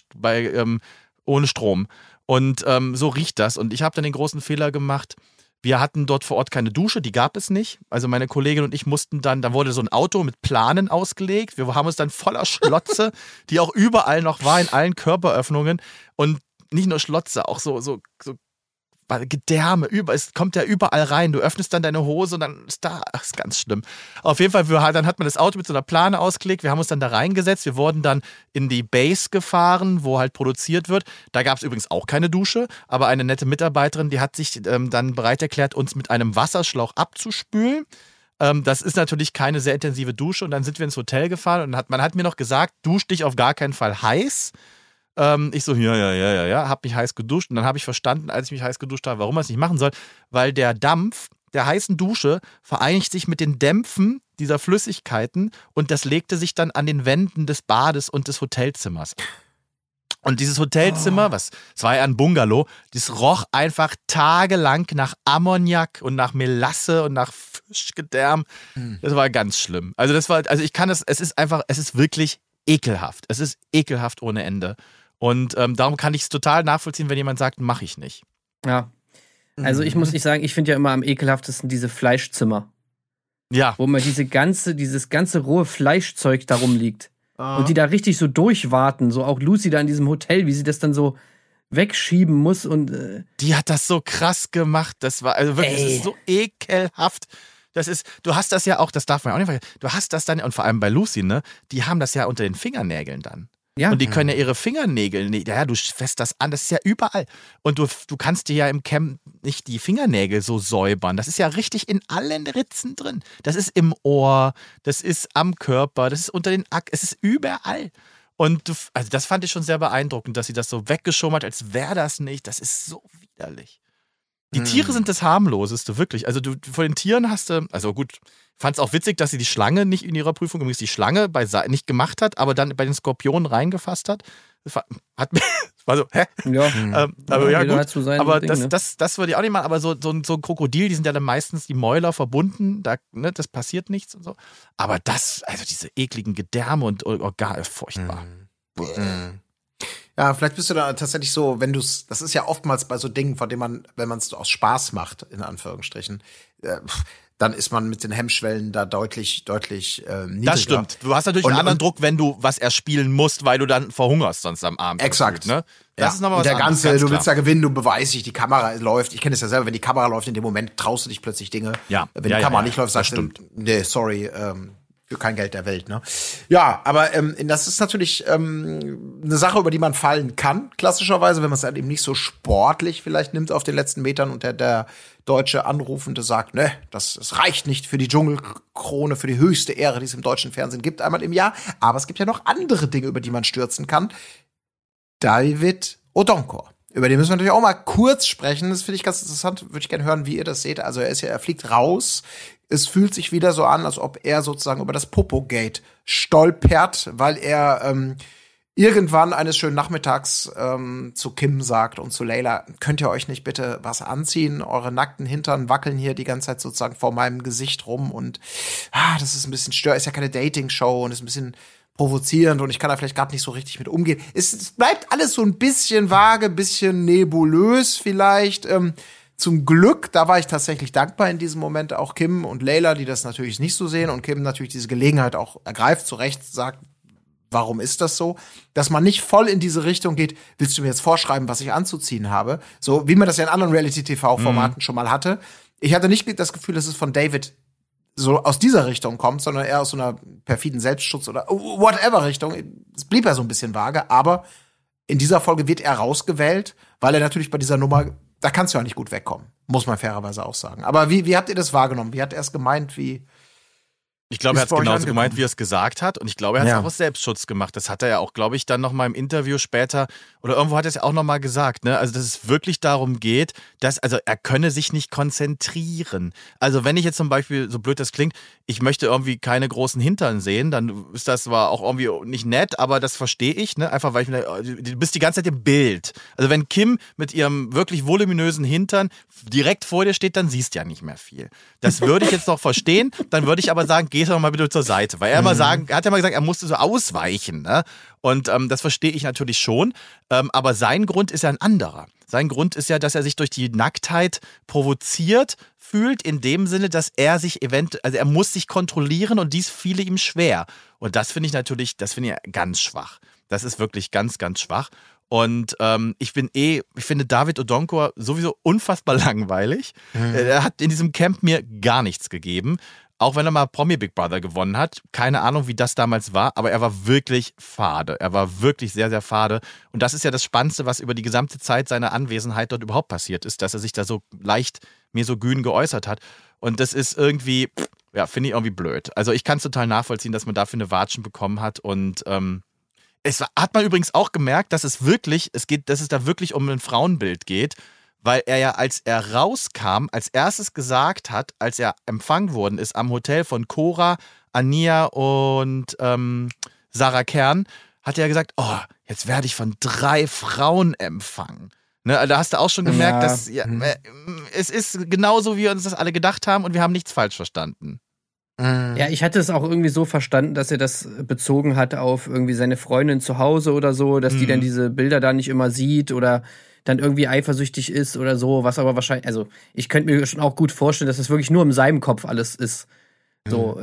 ohne Strom. Und so riecht das. Und ich habe dann den großen Fehler gemacht. Wir hatten dort vor Ort keine Dusche, die gab es nicht. Also meine Kollegin und ich mussten dann wurde so ein Auto mit Planen ausgelegt. Wir haben uns dann voller Schlotze, die auch überall noch war, in allen Körperöffnungen. Und nicht nur Schlotze, auch so Gedärme, es kommt ja überall rein. Du öffnest dann deine Hose und dann ist ist ganz schlimm. Auf jeden Fall, dann hat man das Auto mit so einer Plane ausgelegt. Wir haben uns dann da reingesetzt. Wir wurden dann in die Base gefahren, wo halt produziert wird. Da gab es übrigens auch keine Dusche, aber eine nette Mitarbeiterin, die hat sich dann bereit erklärt, uns mit einem Wasserschlauch abzuspülen. Das ist natürlich keine sehr intensive Dusche. Und dann sind wir ins Hotel gefahren und man hat mir noch gesagt, dusch dich auf gar keinen Fall heiß. Ich so, ja, hab mich heiß geduscht. Und dann habe ich verstanden, als ich mich heiß geduscht habe, warum man es nicht machen soll. Weil der Dampf der heißen Dusche vereinigt sich mit den Dämpfen dieser Flüssigkeiten und das legte sich dann an den Wänden des Bades und des Hotelzimmers. Und dieses Hotelzimmer, es war ja ein Bungalow, das roch einfach tagelang nach Ammoniak und nach Melasse und nach Fischgedärm. Das war ganz schlimm. Also es ist wirklich ekelhaft. Es ist ekelhaft ohne Ende. Und darum kann ich es total nachvollziehen, wenn jemand sagt, mache ich nicht. Ja. Also ich muss nicht sagen, ich finde ja immer am ekelhaftesten diese Fleischzimmer. Ja. Wo immer dieses ganze rohe Fleischzeug da rumliegt. Und die da richtig so durchwarten. So auch Lucy da in diesem Hotel, wie sie das dann so wegschieben muss. Und die hat das so krass gemacht. Das war also wirklich das ist so ekelhaft. Du hast das ja auch, das darf man auch nicht vergessen. Du hast das dann, und vor allem bei Lucy, ne, die haben das ja unter den Fingernägeln dann. Ja. Und die können ja ihre Fingernägel, du fässt das an, das ist ja überall. Und du kannst dir ja im Camp nicht die Fingernägel so säubern. Das ist ja richtig in allen Ritzen drin. Das ist im Ohr, das ist am Körper, das ist unter den es ist überall. Und also das fand ich schon sehr beeindruckend, dass sie das so weggeschoben hat, als wäre das nicht. Das ist so widerlich. Die Tiere sind das harmloseste, wirklich. Also von den Tieren hast du, also gut, fand es auch witzig, dass sie die Schlange nicht in ihrer Prüfung, übrigens die Schlange nicht gemacht hat, aber dann bei den Skorpionen reingefasst hat. Das war so, hä? Ja, aber ja gut. Halt so aber Ding, das würde ich auch nicht machen, aber so ein Krokodil, die sind ja dann meistens die Mäuler verbunden, das passiert nichts und so. Aber also diese ekligen Gedärme und Organe, furchtbar. Ja, vielleicht bist du da tatsächlich so, das ist ja oftmals bei so Dingen, von denen man, wenn man es aus Spaß macht, in Anführungsstrichen, dann ist man mit den Hemmschwellen da deutlich niedriger. Das stimmt. Du hast natürlich einen anderen Druck, wenn du was erspielen musst, weil du dann verhungerst sonst am Abend. Exakt. Ne? Das ist nochmal was anderes. Du willst ja gewinnen, du beweist dich, die Kamera läuft. Ich kenne es ja selber, wenn die Kamera läuft, in dem Moment traust du dich plötzlich Dinge. Ja. Wenn die Kamera nicht läuft, sagst du, nee, sorry, Für kein Geld der Welt, ne? Ja, aber das ist natürlich eine Sache, über die man fallen kann, klassischerweise, wenn man es halt eben nicht so sportlich vielleicht nimmt auf den letzten Metern und der deutsche Anrufende sagt, ne, das reicht nicht für die Dschungelkrone, für die höchste Ehre, die es im deutschen Fernsehen gibt, einmal im Jahr. Aber es gibt ja noch andere Dinge, über die man stürzen kann. David Odonkor. Über den müssen wir natürlich auch mal kurz sprechen. Das finde ich ganz interessant. Würde ich gerne hören, wie ihr das seht. Also er fliegt raus. Es fühlt sich wieder so an, als ob er sozusagen über das Popo-Gate stolpert, weil er irgendwann eines schönen Nachmittags zu Kim sagt und zu Layla, könnt ihr euch nicht bitte was anziehen? Eure nackten Hintern wackeln hier die ganze Zeit sozusagen vor meinem Gesicht rum und das ist ein bisschen störend. Ist ja keine Dating-Show und ist ein bisschen provozierend und ich kann da vielleicht gerade nicht so richtig mit umgehen. Es bleibt alles so ein bisschen vage, ein bisschen nebulös vielleicht. Zum Glück, da war ich tatsächlich dankbar in diesem Moment, auch Kim und Layla, die das natürlich nicht so sehen und Kim natürlich diese Gelegenheit auch ergreift, zu Recht sagt, warum ist das so? Dass man nicht voll in diese Richtung geht, willst du mir jetzt vorschreiben, was ich anzuziehen habe? So wie man das ja in anderen Reality-TV-Formaten schon mal hatte. Ich hatte nicht das Gefühl, dass es von David so aus dieser Richtung kommt, sondern eher aus so einer perfiden Selbstschutz oder whatever Richtung. Es blieb ja so ein bisschen vage, aber in dieser Folge wird er rausgewählt, weil er natürlich bei dieser Nummer, da kannst du ja nicht gut wegkommen, muss man fairerweise auch sagen. Aber wie habt ihr das wahrgenommen? Wie hat er es gemeint? Ich glaube, er hat es genauso gemeint, wie er es gesagt hat. Und ich glaube, er hat es auch aus Selbstschutz gemacht. Das hat er ja auch, glaube ich, dann noch mal im Interview später, oder irgendwo hat er es ja auch noch mal gesagt, ne? Also, dass es wirklich darum geht, also er könne sich nicht konzentrieren. Also, wenn ich jetzt zum Beispiel, so blöd das klingt, ich möchte irgendwie keine großen Hintern sehen, dann ist das zwar auch irgendwie nicht nett, aber das verstehe ich, ne? Einfach, weil ich mir, du bist die ganze Zeit im Bild. Also, wenn Kim mit ihrem wirklich voluminösen Hintern direkt vor dir steht, dann siehst du ja nicht mehr viel. Das würde ich jetzt noch verstehen, dann würde ich aber sagen, geh doch mal bitte zur Seite. Weil er hat ja mal gesagt, er musste so ausweichen. Ne? Und das verstehe ich natürlich schon. Aber sein Grund ist ja ein anderer. Sein Grund ist ja, dass er sich durch die Nacktheit provoziert fühlt, in dem Sinne, dass er sich also er muss sich kontrollieren und dies fiele ihm schwer. Und das finde ich ganz schwach. Das ist wirklich ganz, ganz schwach. Und ich finde David Odonkor sowieso unfassbar langweilig. Er hat in diesem Camp mir gar nichts gegeben. Auch wenn er mal Promi Big Brother gewonnen hat. Keine Ahnung, wie das damals war, aber er war wirklich fade. Er war wirklich sehr, sehr fade. Und das ist ja das Spannendste, was über die gesamte Zeit seiner Anwesenheit dort überhaupt passiert ist, dass er sich da so leicht misogyn geäußert hat. Und das ist irgendwie, finde ich irgendwie blöd. Also ich kann es total nachvollziehen, dass man dafür eine Watschen bekommen hat. Und hat man übrigens auch gemerkt, dass es da wirklich um ein Frauenbild geht. Weil er ja, als er rauskam, als erstes gesagt hat, als er empfangen worden ist am Hotel von Cora, Ania und Sarah Kern, hat er gesagt, oh, jetzt werde ich von 3 Frauen empfangen. Ne, da hast du auch schon gemerkt, dass es ist genauso, wie wir uns das alle gedacht haben und wir haben nichts falsch verstanden. Ja, ich hatte es auch irgendwie so verstanden, dass er das bezogen hat auf irgendwie seine Freundin zu Hause oder so, dass die dann diese Bilder da nicht immer sieht oder dann irgendwie eifersüchtig ist oder so, was aber wahrscheinlich, also ich könnte mir schon auch gut vorstellen, dass das wirklich nur in seinem Kopf alles ist. So,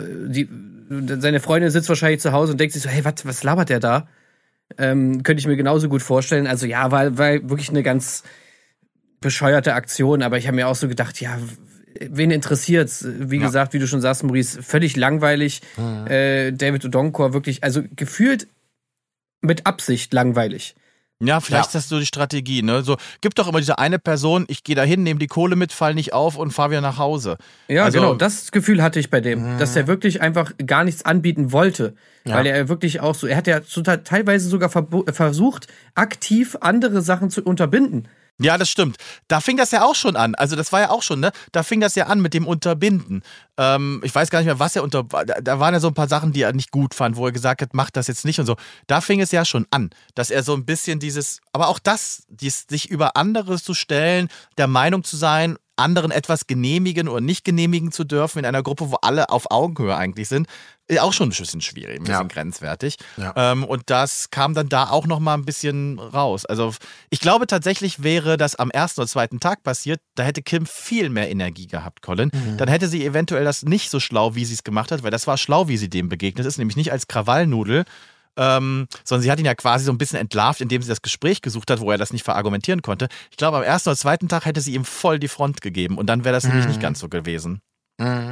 seine Freundin sitzt wahrscheinlich zu Hause und denkt sich so, hey, was labert der da? Könnte ich mir genauso gut vorstellen. Also ja, war wirklich eine ganz bescheuerte Aktion, aber ich habe mir auch so gedacht, ja, wen interessiert's? Wie gesagt, wie du schon sagst, Maurice, völlig langweilig. David Odonkor wirklich, also gefühlt mit Absicht langweilig. Ja, vielleicht ist das so die Strategie, ne? So, gibt doch immer diese eine Person, ich gehe da hin, nehme die Kohle mit, fall nicht auf und fahr wieder nach Hause. Ja, also, genau, das Gefühl hatte ich bei dem, dass er wirklich einfach gar nichts anbieten wollte. Ja. Weil er wirklich auch so, er hat ja teilweise sogar versucht, aktiv andere Sachen zu unterbinden. Ja, das stimmt. Da fing das ja auch schon an. Also das war ja auch schon, ne? Da fing das ja an mit dem Unterbinden. Ich weiß gar nicht mehr, was er da waren ja so ein paar Sachen, die er nicht gut fand, wo er gesagt hat, mach das jetzt nicht und so. Da fing es ja schon an, dass er so ein bisschen aber auch sich über anderes zu stellen, der Meinung zu sein, anderen etwas genehmigen oder nicht genehmigen zu dürfen in einer Gruppe, wo alle auf Augenhöhe eigentlich sind, auch schon ein bisschen schwierig, ein bisschen grenzwertig. Ja. Und das kam dann da auch noch mal ein bisschen raus. Also ich glaube tatsächlich, wäre das am 1. oder 2. Tag passiert, da hätte Kim viel mehr Energie gehabt, Colin. Dann hätte sie eventuell das nicht so schlau, wie sie es gemacht hat, weil das war schlau, wie sie dem begegnet ist, nämlich nicht als Krawallnudel, sondern sie hat ihn ja quasi so ein bisschen entlarvt, indem sie das Gespräch gesucht hat, wo er das nicht verargumentieren konnte. Ich glaube, am 1. oder 2. Tag hätte sie ihm voll die Front gegeben und dann wäre das nämlich nicht ganz so gewesen. Ja.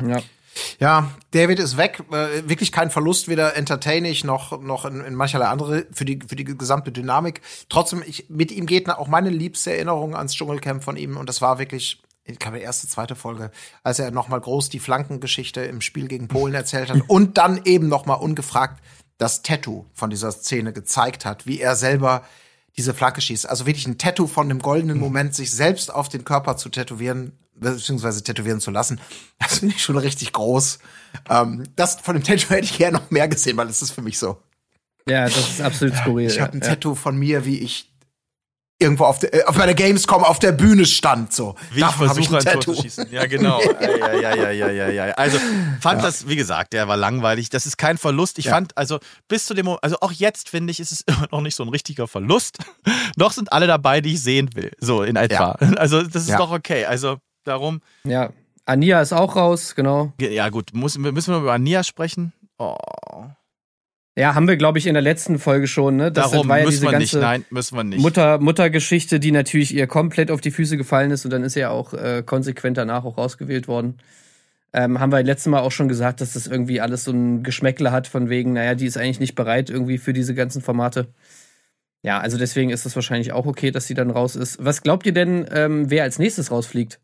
Ja, David ist weg. Wirklich kein Verlust, weder entertaining noch in mancherlei andere für die gesamte Dynamik. Trotzdem, mit ihm geht auch meine liebste Erinnerung ans Dschungelcamp von ihm. Und das war wirklich, ich glaube, die erste, zweite Folge, als er noch mal groß die Flankengeschichte im Spiel gegen Polen erzählt hat. Und dann eben noch mal ungefragt das Tattoo von dieser Szene gezeigt hat, wie er selber diese Flanke schießt. Also wirklich ein Tattoo von dem goldenen Moment, sich selbst auf den Körper zu tätowieren, beziehungsweise tätowieren zu lassen. Das finde ich schon richtig groß. Das von dem Tattoo hätte ich gerne noch mehr gesehen, weil es ist für mich so. Ja, das ist absolut skurril. Ich habe ein Tattoo von mir, wie ich irgendwo auf meiner Gamescom auf der Bühne stand, so. Wie Davon ich versuche, ein ein Tattoo Tor zu schießen. Ja, genau. Ja. Also, fand das, wie gesagt, der war langweilig. Das ist kein Verlust. Ich fand, also, bis zu dem Moment, also auch jetzt, finde ich, ist es immer noch nicht so ein richtiger Verlust. Noch sind alle dabei, die ich sehen will. So, in etwa. Ja. Also, das ist doch okay. Also, darum. Ja. Ania ist auch raus, genau. Ja, gut. Müssen wir über Ania sprechen? Oh. Ja, haben wir, glaube ich, in der letzten Folge schon. Ne? Darum war ja müssen diese wir ganze nicht. Nein, müssen wir nicht. Muttergeschichte, die natürlich ihr komplett auf die Füße gefallen ist und dann ist ja auch konsequent danach auch rausgewählt worden. Haben wir letztes Mal auch schon gesagt, dass das irgendwie alles so ein Geschmäckle hat von wegen, naja, die ist eigentlich nicht bereit irgendwie für diese ganzen Formate. Ja, also deswegen ist es wahrscheinlich auch okay, dass sie dann raus ist. Was glaubt ihr denn, wer als nächstes rausfliegt?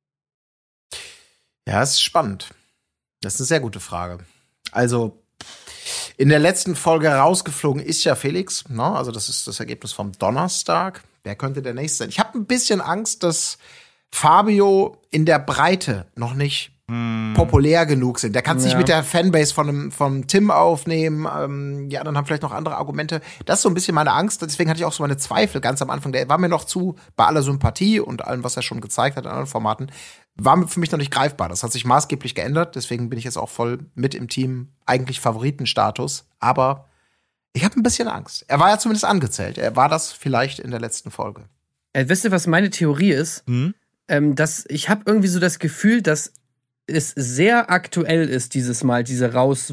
Ja, das ist spannend. Das ist eine sehr gute Frage. Also, in der letzten Folge rausgeflogen ist ja Felix, ne? Also das ist das Ergebnis vom Donnerstag. Wer könnte der nächste sein? Ich habe ein bisschen Angst, dass Fabio in der Breite noch nicht populär genug sind. Der kann es nicht mit der Fanbase von Tim aufnehmen. Die anderen haben vielleicht noch andere Argumente. Das ist so ein bisschen meine Angst. Deswegen hatte ich auch so meine Zweifel ganz am Anfang. Der war mir noch bei aller Sympathie und allem, was er schon gezeigt hat in anderen Formaten, war für mich noch nicht greifbar. Das hat sich maßgeblich geändert. Deswegen bin ich jetzt auch voll mit im Team. Eigentlich Favoritenstatus. Aber ich habe ein bisschen Angst. Er war ja zumindest angezählt. Er war das vielleicht in der letzten Folge. Wisst ihr, was meine Theorie ist? Dass ich habe irgendwie so das Gefühl, dass es sehr aktuell ist dieses Mal, diese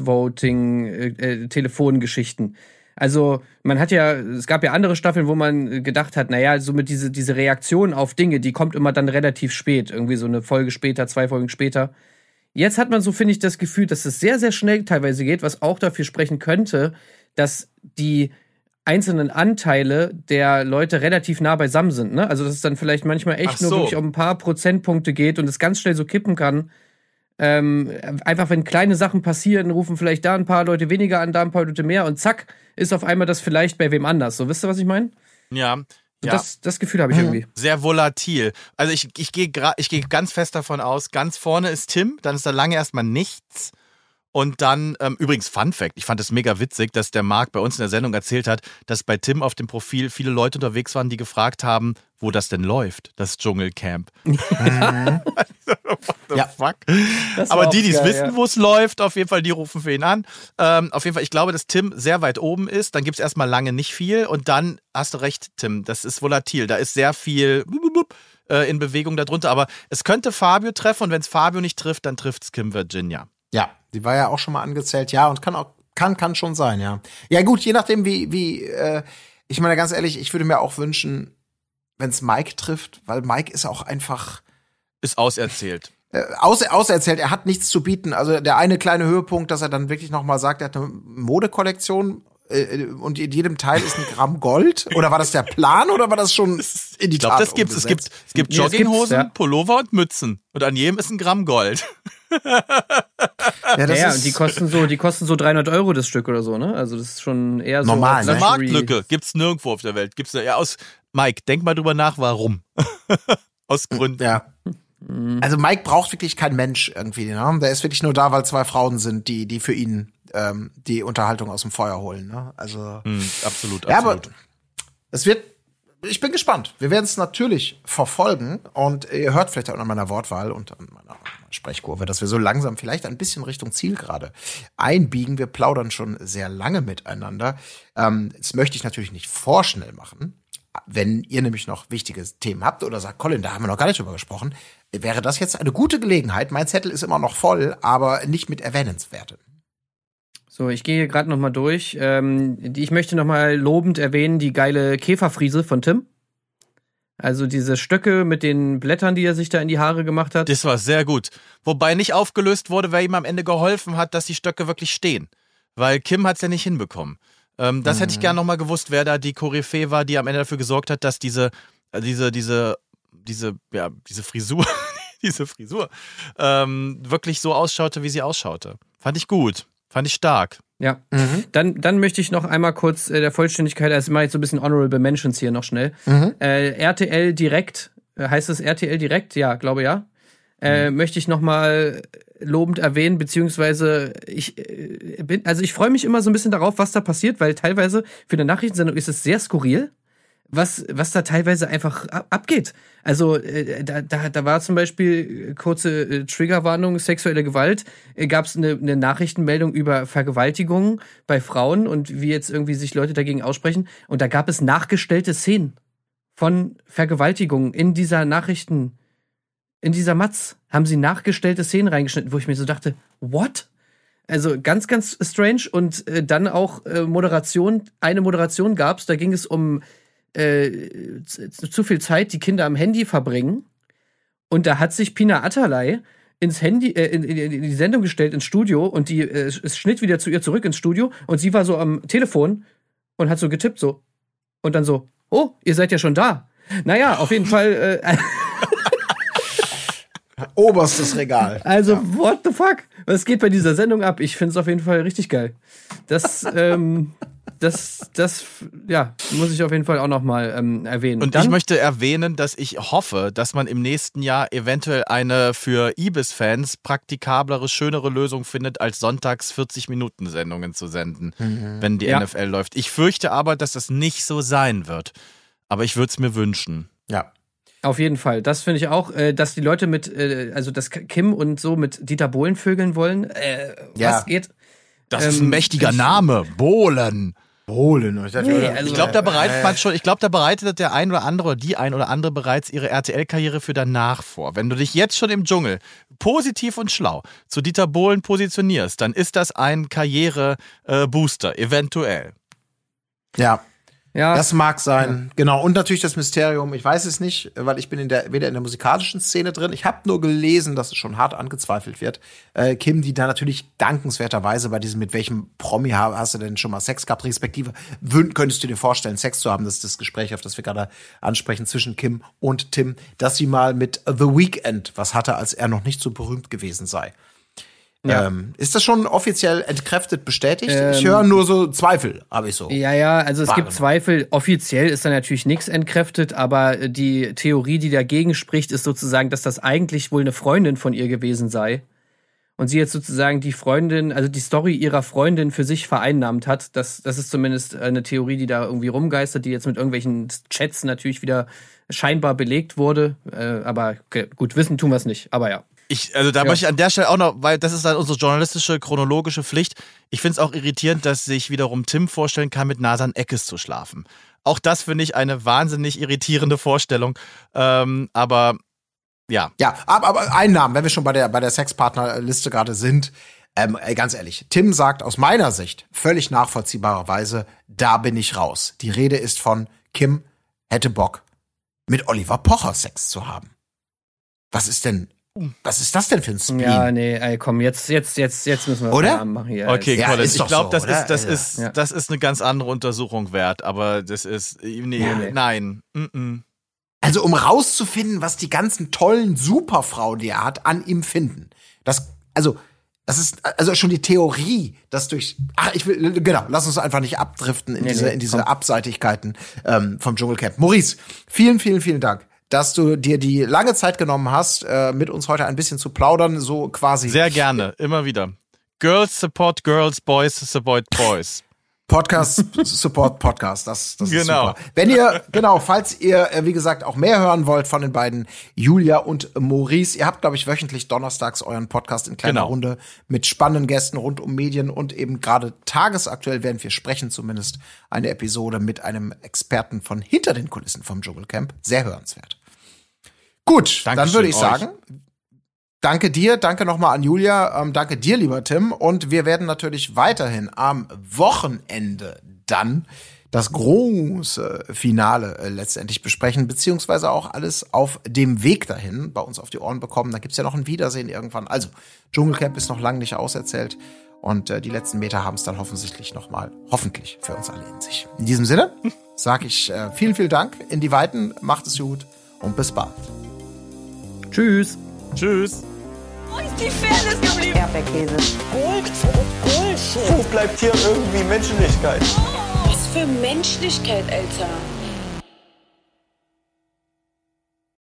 Rausvoting-Telefongeschichten. Also es gab ja andere Staffeln, wo man gedacht hat, naja, so mit diese Reaktion auf Dinge, die kommt immer dann relativ spät, irgendwie so eine Folge später, 2 Folgen später. Jetzt hat man so, finde ich, das Gefühl, dass es sehr, sehr schnell teilweise geht, was auch dafür sprechen könnte, dass die einzelnen Anteile der Leute relativ nah beisammen sind, ne? Also dass es dann vielleicht manchmal echt nur wirklich um ein paar Prozentpunkte geht und es ganz schnell so kippen kann. Einfach wenn kleine Sachen passieren, rufen vielleicht da ein paar Leute weniger an, da ein paar Leute mehr und zack, ist auf einmal das vielleicht bei wem anders. So, wisst ihr, was ich meine? Ja. Das Gefühl habe ich irgendwie. Sehr volatil. Also ich gehe ganz fest davon aus, ganz vorne ist Tim, dann ist da lange erstmal nichts. Und dann, übrigens Fun Fact, ich fand es mega witzig, dass der Marc bei uns in der Sendung erzählt hat, dass bei Tim auf dem Profil viele Leute unterwegs waren, die gefragt haben, wo das denn läuft, das Dschungelcamp. What the fuck? Aber die es wissen, wo es läuft, auf jeden Fall, die rufen für ihn an. Auf jeden Fall, ich glaube, dass Tim sehr weit oben ist, dann gibt es erstmal lange nicht viel und dann hast du recht, Tim, das ist volatil, da ist sehr viel in Bewegung darunter, aber es könnte Fabio treffen und wenn es Fabio nicht trifft, dann trifft es Kim Virginia. Ja, die war ja auch schon mal angezählt, ja, und kann schon sein, ja. Ja gut, je nachdem wie ich meine ganz ehrlich, ich würde mir auch wünschen, wenn es Mike trifft, weil Mike ist auch einfach ist auserzählt. Auserzählt, er hat nichts zu bieten. Also der eine kleine Höhepunkt, dass er dann wirklich noch mal sagt, er hat eine Modekollektion und in jedem Teil ist ein Gramm Gold. Oder war das der Plan oder war das schon in die Tat umgesetzt? Es gibt Jogginghosen, Pullover und Mützen und an jedem ist ein Gramm Gold. Und die kosten so 300 € das Stück oder so, ne? Also das ist schon eher normal, so eine Marktlücke gibt's nirgendwo auf der Welt. Gibt's ja Mike, denk mal drüber nach, warum? Aus Gründen. Ja. Also Mike braucht wirklich kein Mensch irgendwie, ne? Der ist wirklich nur da, weil 2 Frauen sind, die für ihn die Unterhaltung aus dem Feuer holen, ne? Also absolut. Ja, aber ich bin gespannt. Wir werden es natürlich verfolgen und ihr hört vielleicht auch an meiner Wortwahl und an meiner Sprechkurve, dass wir so langsam vielleicht ein bisschen Richtung Zielgerade einbiegen. Wir plaudern schon sehr lange miteinander. Das möchte ich natürlich nicht vorschnell machen. Wenn ihr nämlich noch wichtige Themen habt oder sagt, Colin, da haben wir noch gar nicht drüber gesprochen, wäre das jetzt eine gute Gelegenheit. Mein Zettel ist immer noch voll, aber nicht mit Erwähnenswerten. So, ich gehe gerade noch mal durch. Ich möchte noch mal lobend erwähnen die geile Käferfriese von Tim. Also diese Stöcke mit den Blättern, die er sich da in die Haare gemacht hat. Das war sehr gut. Wobei nicht aufgelöst wurde, wer ihm am Ende geholfen hat, dass die Stöcke wirklich stehen. Weil Kim hat es ja nicht hinbekommen. Das hätte ich gerne nochmal gewusst, wer da die Koryphäe war, die am Ende dafür gesorgt hat, dass diese Frisur, wirklich so ausschaute, wie sie ausschaute. Fand ich gut. Fand ich stark. Ja, dann möchte ich noch einmal kurz der Vollständigkeit, also mache ich so ein bisschen Honorable Mentions hier noch schnell. RTL Direkt, heißt es RTL Direkt? Ja, glaube ja. Möchte ich nochmal lobend erwähnen, beziehungsweise ich freue mich immer so ein bisschen darauf, was da passiert, weil teilweise für eine Nachrichtensendung ist es sehr skurril, was da teilweise einfach abgeht. Also da war zum Beispiel kurze Triggerwarnung, sexuelle Gewalt, gab es eine Nachrichtenmeldung über Vergewaltigungen bei Frauen und wie jetzt irgendwie sich Leute dagegen aussprechen. Und da gab es nachgestellte Szenen von Vergewaltigungen in dieser Matz haben sie nachgestellte Szenen reingeschnitten, wo ich mir so dachte, what? Also ganz, ganz strange. Und dann auch eine Moderation gab's, da ging es um zu viel Zeit, die Kinder am Handy verbringen. Und da hat sich Pina Atalay ins Handy, in die Sendung gestellt, ins Studio, und es schnitt wieder zu ihr zurück ins Studio und sie war so am Telefon und hat so getippt so. Und dann so, oh, ihr seid ja schon da. Naja, auf jeden Fall. Oberstes Regal. Also, what the fuck? Was geht bei dieser Sendung ab? Ich finde es auf jeden Fall richtig geil. Das muss ich auf jeden Fall auch nochmal erwähnen. Und ich möchte erwähnen, dass ich hoffe, dass man im nächsten Jahr eventuell eine für Ibis-Fans praktikablere, schönere Lösung findet, als sonntags 40-Minuten-Sendungen zu senden, wenn die NFL läuft. Ich fürchte aber, dass das nicht so sein wird. Aber ich würde es mir wünschen. Ja. Auf jeden Fall. Das finde ich auch, dass die Leute dass Kim und so mit Dieter Bohlen vögeln wollen. Was geht? Das ist ein mächtiger Name. Bohlen. Ich glaube, da bereitet der ein oder andere oder die ein oder andere bereits ihre RTL-Karriere für danach vor. Wenn du dich jetzt schon im Dschungel positiv und schlau zu Dieter Bohlen positionierst, dann ist das ein Karriere-Booster, eventuell. Ja. Das mag sein. Ja. Genau. Und natürlich das Mysterium. Ich weiß es nicht, weil ich bin weder in der musikalischen Szene drin. Ich habe nur gelesen, dass es schon hart angezweifelt wird. Kim, die da natürlich dankenswerterweise bei diesem, mit welchem Promi hast du denn schon mal Sex gehabt, respektive könntest du dir vorstellen, Sex zu haben? Das ist das Gespräch, auf das wir gerade ansprechen, zwischen Kim und Tim, dass sie mal mit The Weeknd was hatte, als er noch nicht so berühmt gewesen sei. Ja. Ist das schon offiziell entkräftet, bestätigt? Ich höre nur so Zweifel, habe ich so. Ja, also es gibt Zweifel. Offiziell ist da natürlich nichts entkräftet, aber die Theorie, die dagegen spricht, ist sozusagen, dass das eigentlich wohl eine Freundin von ihr gewesen sei. Und sie jetzt sozusagen die Freundin, also die Story ihrer Freundin für sich vereinnahmt hat. Das ist zumindest eine Theorie, die da irgendwie rumgeistert, die jetzt mit irgendwelchen Chats natürlich wieder scheinbar belegt wurde. Aber gut, wissen tun wir es nicht, aber ja. Möchte ich an der Stelle auch noch, weil das ist dann unsere journalistische, chronologische Pflicht. Ich finde es auch irritierend, dass sich wiederum Tim vorstellen kann, mit Nasan Eckes zu schlafen. Auch das finde ich eine wahnsinnig irritierende Vorstellung. Aber ja. Ja, aber einen Namen, wenn wir schon bei der Sexpartnerliste gerade sind. Ganz ehrlich, Tim sagt aus meiner Sicht völlig nachvollziehbarerweise, da bin ich raus. Die Rede ist von Kim hätte Bock, mit Oliver Pocher Sex zu haben. Was ist das denn für ein Spleen? Ja, nee, komm, jetzt müssen wir Namen machen hier. Okay, ja, Colin, ich glaube, das ist eine ganz andere Untersuchung wert, aber das ist, nein. Also, um rauszufinden, was die ganzen tollen Superfrauen, die er hat, an ihm finden. Das ist also schon die Theorie, dass lass uns einfach nicht abdriften in diese Abseitigkeiten vom Dschungelcamp. Maurice, vielen, vielen, vielen Dank, dass du dir die lange Zeit genommen hast, mit uns heute ein bisschen zu plaudern, so quasi. Sehr gerne, immer wieder. Girls support Girls, Boys support Boys. Podcast Support Podcast, das ist super. Wenn ihr, falls ihr, wie gesagt, auch mehr hören wollt von den beiden, Julia und Maurice, ihr habt, glaube ich, wöchentlich donnerstags euren Podcast in kleiner Runde mit spannenden Gästen rund um Medien und eben gerade tagesaktuell werden wir sprechen, zumindest eine Episode mit einem Experten von hinter den Kulissen vom Dschungelcamp. Sehr hörenswert. Gut, dann würde ich sagen, danke dir, danke nochmal an Julia, danke dir, lieber Tim. Und wir werden natürlich weiterhin am Wochenende dann das große Finale letztendlich besprechen, beziehungsweise auch alles auf dem Weg dahin bei uns auf die Ohren bekommen. Da gibt's ja noch ein Wiedersehen irgendwann. Also, Dschungelcamp ist noch lange nicht auserzählt. Und die letzten Meter haben es dann hoffentlich für uns alle in sich. In diesem Sinne sage ich vielen, vielen Dank in die Weiten. Macht es gut und bis bald. Tschüss. Tschüss. Wo ist die Fairness geblieben? Erdbeerkäse. Gold, Bullshit. Wo bleibt hier irgendwie Menschlichkeit? Was für Menschlichkeit, Alter.